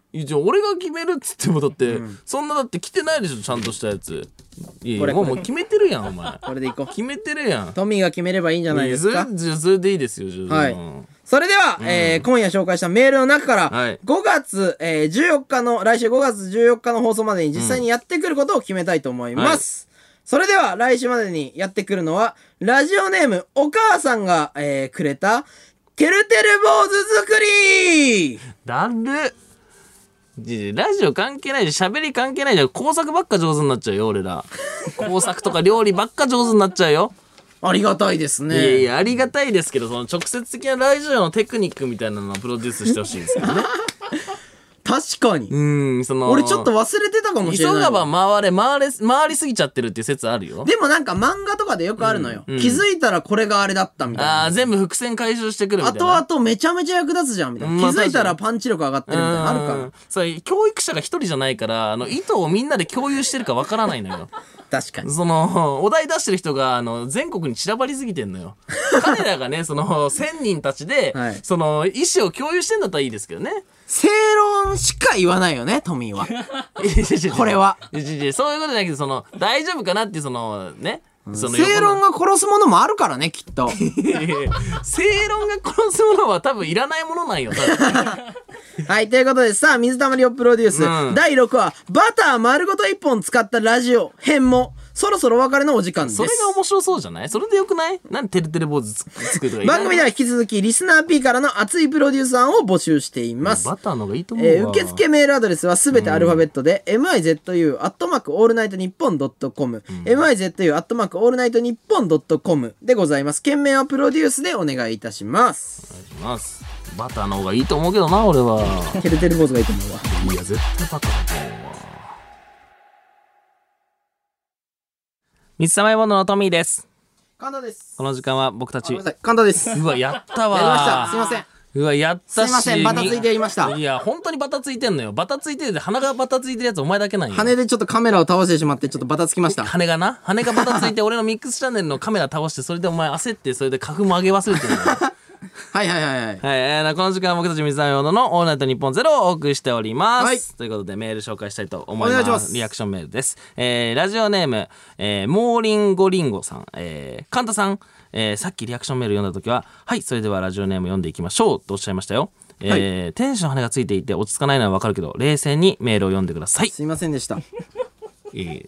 一応俺が決めるっつってもだって、うん、そんなだって来てないでしょちゃんとしたやつ。いやいやもうもう決めてるやんお前。
これでいこう。
決めてるやん。
トミーが決めればいいんじゃないですか。
じゃそれでいいですよ。
はい。それでは、うん、えー、今夜紹介したメールの中から、はい、ごがつ、えー、じゅうよっかの来週ごがつじゅうよっかの放送までに実際にやってくることを決めたいと思います。うんはい、それでは来週までにやってくるのはラジオネームお母さんが、えー、くれたてるてる坊主作り。
だる。ラジオ関係ないじゃん。喋り関係ないじゃん。工作ばっか上手になっちゃうよ俺ら。工作とか料理ばっか上手になっちゃうよ。
ありがたいですね。
いやいやありがたいですけど、その直接的なラジオのテクニックみたいなのをプロデュースしてほしいんですけどね。
確かに。
うん、その
俺ちょっと忘れてたかもしれない。
急がば回れ回れ回りすぎちゃってるっていう説あるよ。
でもなんか漫画とかでよくあるのよ。うんうん、気づいたらこれがあれだったみたいな。
ああ全部伏線回収してくるみたいな。
後々めちゃめちゃ役立つじゃんみたいな。気づいたらパンチ力上がってるみたいなあるから。
それ教育者が一人じゃないからあの意図をみんなで共有してるかわからないのよ。
確かに。
そのお題出してる人があの全国に散らばりすぎてんのよ。彼らがねその千人たちで、はい、その意思を共有してんだったらいいですけどね。
正論しか言わないよねトミーは。これは
そういうことじゃなくてその大丈夫かなっていうそのね、うん、その
正論が殺すものもあるからねきっと。
正論が殺すものは多分いらないものなんよ。
はいということでさあ水溜りをプロデュース、うん、だいろくわバター丸ごといっぽん使ったラジオ編もそろそろお別れのお時間です。
それが面白そうじゃない？それでよくない？なんでてるてる坊主作るとかいい
番組では引き続きリスナー P からの熱いプロデューサーを募集しています。
バターの方がいいと思うわ。
えー、受付メールアドレスはすべてアルファベットで、うん、ミズアットマークオールナイトニッポンドットコム、うん、ミズアットマークオールナイトニッポンドットコムでございます。件名はプロデュースでお願いいたします。
お願いします。バターの方がいいと思うけどな俺は。
てるてる坊主がいいと思うわ。
いや絶対バターだと思うわ。水溜りボンドのトミーです。
神田です。
この時間は僕たち。
神田です。
うわやったわ。
やりました。すいません。
うわやったし。
すいませんバタついてやりました。
いや本当にバタついてんのよ。バタついてるで鼻がバタついてるやつお前だけなんよ。
羽でちょっとカメラを倒してしまってちょっとバタつきました。
羽がな羽がバタついて俺のミックスチャンネルのカメラ倒してそれでお前焦ってそれで花粉も上げ忘れてるのよ。
はいはいはいはい。はい、
えー、この時間は僕たち水溜りボンドのオールナイトニッポンゼロをお送りしております。はい、ということでメール紹介したいと思います。お願いします。リアクションメールです。えー、ラジオネーム、えー、モーリンゴリンゴさん、えー、カンタさん、えー、さっきリアクションメール読んだ時は、はい、それではラジオネーム読んでいきましょうとおっしゃいましたよ。えーはい、天使の羽がついていて落ち着かないのはわかるけど、冷静にメールを読んでください。
すいませんでした。
いい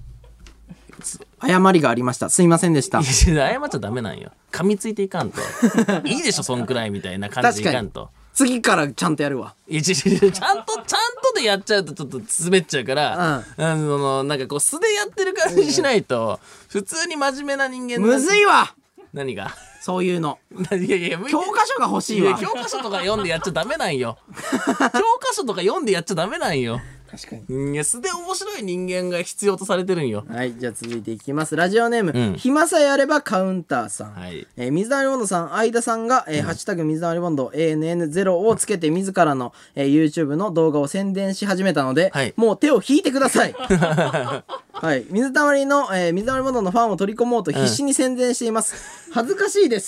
誤りがありました。すいませんでした。
いや謝っちゃダメなんよ。噛みついていかんと。いいでしょそんくらいみたいな感じでいかんと。
次からちゃんとやるわ。
いやちゃんとちゃんとでやっちゃうとちょっと滑っちゃうから、うん、あのなんかこう素でやってる感じしないと、普通に真面目な人間。
むずいわ。
何が？
そういうの。
いやいや
教科書が欲しいわ。いや
教科書とか読んでやっちゃダメなんよ。教科書とか読んでやっちゃダメなんよ。
確かに。
いや素で面白い人間が必要とされてるんよ。
はい、じゃあ続いていきます。ラジオネーム、うん、暇さえあればカウンターさん。はい、えー、水溜りボンドさん、相田さんが、えーうん、ハッシュタグ水溜りボンド エーエヌエヌゼロ をつけて自らの、えー、YouTube の動画を宣伝し始めたので、はい、もう手を引いてください。はい、水溜りの、えー、水溜りボンドのファンを取り込もうと必死に宣伝しています。うん、恥ずかしいです。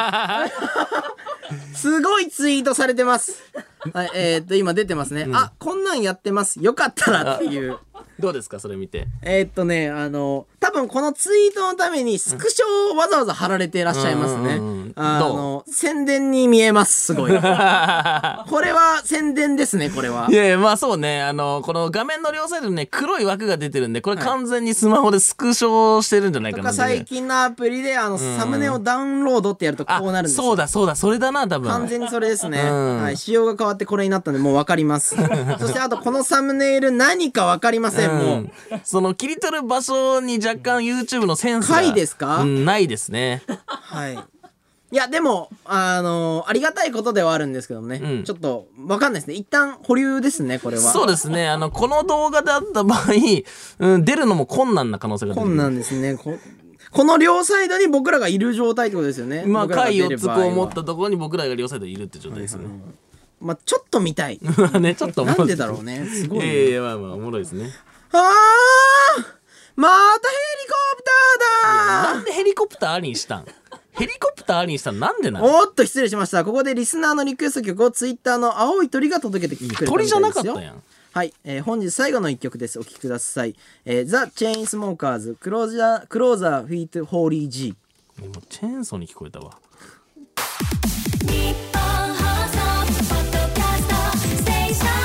すごいツイートされてます。はい、えー、っと今出てますね、うん、あこんなんやってますよかったらっていう。
どうですかそれ見て。
えー、っとねあの多分このツイートのためにスクショをわざわざ貼られていらっしゃいますね、うんうんうん、あの宣伝に見えますすごい。これは宣伝ですねこれは。
いやいやまあそうねあのこの画面の両サイドにね黒い枠が出てるんでこれ完全にスマホでスクショしてるんじゃないかな、
はい、とか最近のアプリであの、うん、サムネをダウンロードってやるとこうなるんですよ。
そうだそうだそれだな多分。
完全にそれですね、うん、はい、仕様が変わってこれになったんでもう分かります。そしてあとこのサムネイル何か分かりません、うん、もう
その切り取る場所に若干 YouTube のセンスが
回ですか、
うん、ないですね。
はい。いやでもあのー、ありがたいことではあるんですけどね、うん、ちょっと分かんないですね。一旦保留ですねこれは。
そうですねあのこの動画であった場合、うん、出るのも困難な可能性が出てくる。
困難ですね。ここの両サイドに僕らがいる状態ってことですよね。
まあ回よっつこう持ったところに僕らが両サイドにいるって状態ですね。はいはいはい、
まあちょっと見たい。
ねちょっと
なんでだろうね。すごい、ね。
いやいやまあまあおもろいですね。
あーまたヘリコプターだー。
なんでヘリコプターにしたん？ ヘリコプターにしたらなんでなの？
おーっと失礼しました。ここでリスナーのリクエスト曲をツイッターの青い鳥が届けてくれたみたいですよ。
鳥じゃなかったやん。
はい、えー、本日最後の一曲です。お聴きください。えー、ザ・チェーンスモーカーズクローザークローザーフィートホーリー G。
今チェーンソーに聞こえたわ。
日本放送ポッドキャストステーション。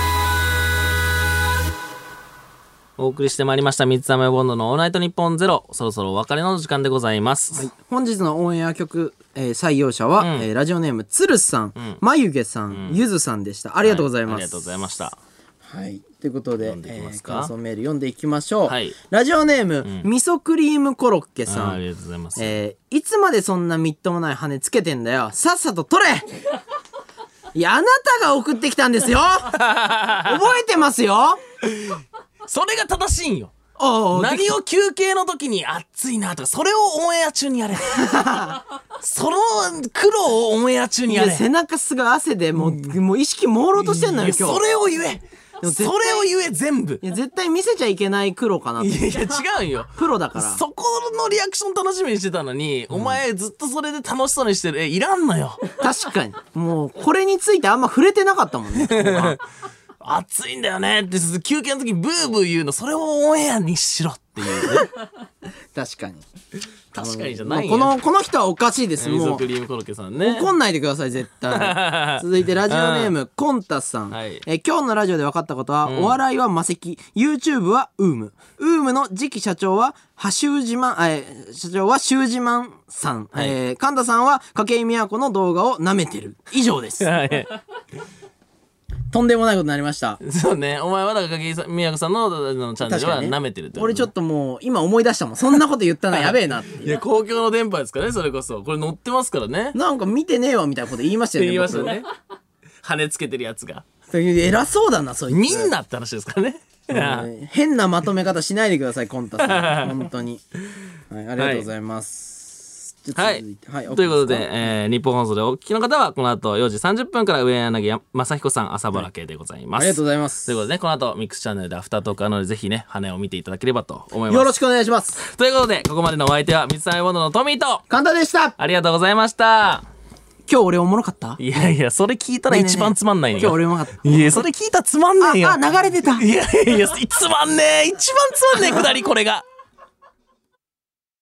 お送りしてまいりました三つ編みボンドのオールナイトニッポンゼロ、そろそろお別れの時間でございます、
はい、本日のオンエア曲、えー、採用者は、うんえー、ラジオネームつるさん、うん、まゆげさん、うん、ゆずさんでした。ありがとうございます、はい、
ありがとうございました。
はい、ということで、えー、感想メール読んでいきましょう、はい、ラジオネーム、うん、味噌クリームコロッケさん。
あ, ありがとうございます、
えー、いつまでそんなみっともない羽つけてんだよ、さっさと取れいやあなたが送ってきたんですよ覚えてますよ
それが正しいんよ。何を休憩の時に暑いなとか、それをオンエア中にやれその苦労をオンエア中にやれ。
背中すぐ汗でもう、うん、もう意識朦朧としてんのよ今日。
それを言えそれを言え全部。
いや絶対見せちゃいけない苦労かなって。
いやいや違うんよ
プロだから。
そこのリアクション楽しみにしてたのに、うん、お前ずっとそれで楽しそうにしてる。えいらんのよ
確かにもうこれについてあんま触れてなかったもんね
暑いんだよねって休憩の時にブーブー言うの、それをオンエアにしろっていうね
確かに
確かにじゃない
よ。このこの人はおかしいです。
もうクリームコロッケさんね、
怒んないでください絶対続いてラジオネームコンタさん、はい、え今日のラジオで分かったことは、うん、お笑いは魔石、 YouTube はウーム、ウームの次期社長はハシュウジマン、えー、社長はシュウジマンさん、はい、えー、神田さんは筧美和子の動画を舐めてる。以上ですとんでもないことになりました。
そうね。お前はだから筧美和子さん の, のチャンネルは舐めてるって、ね、
俺ちょっともう今思い出したもん。そんなこと言ったのやべえなって
いや公共の電波ですからね。それこそこれ載ってますからね。
なんか見てねえわみたいなこと言いましたよね。
言いましたね羽つけてるやつが
偉そうだなそいつ。
みんなって話ですからね
ね変なまとめ方しないでくださいコンタさん本当に、はい、ありがとうございます、
はい、はい、ということで、えー、日本放送でお聞きの方はこの後よじさんじゅっぷんから上柳正彦さん朝ぼら系でございます、
はい、ありがとうございます。
ということでね、この後ミックスチャンネルでアフタートークあるのでぜひね羽を見ていただければと思います。
よろしくお願いします。
ということでここまでのお相手は三つ編みボンドのトミーと
神田でした。
ありがとうございました。
今日俺おもろかった？
いやいやそれ聞いたら一番つまんないのよ。
今日俺おもろかった。
いやそれ聞いたらつまんないよ。
ああ流れてた。
いやいやいやつまんねえ、一番つまんねえくだりこれが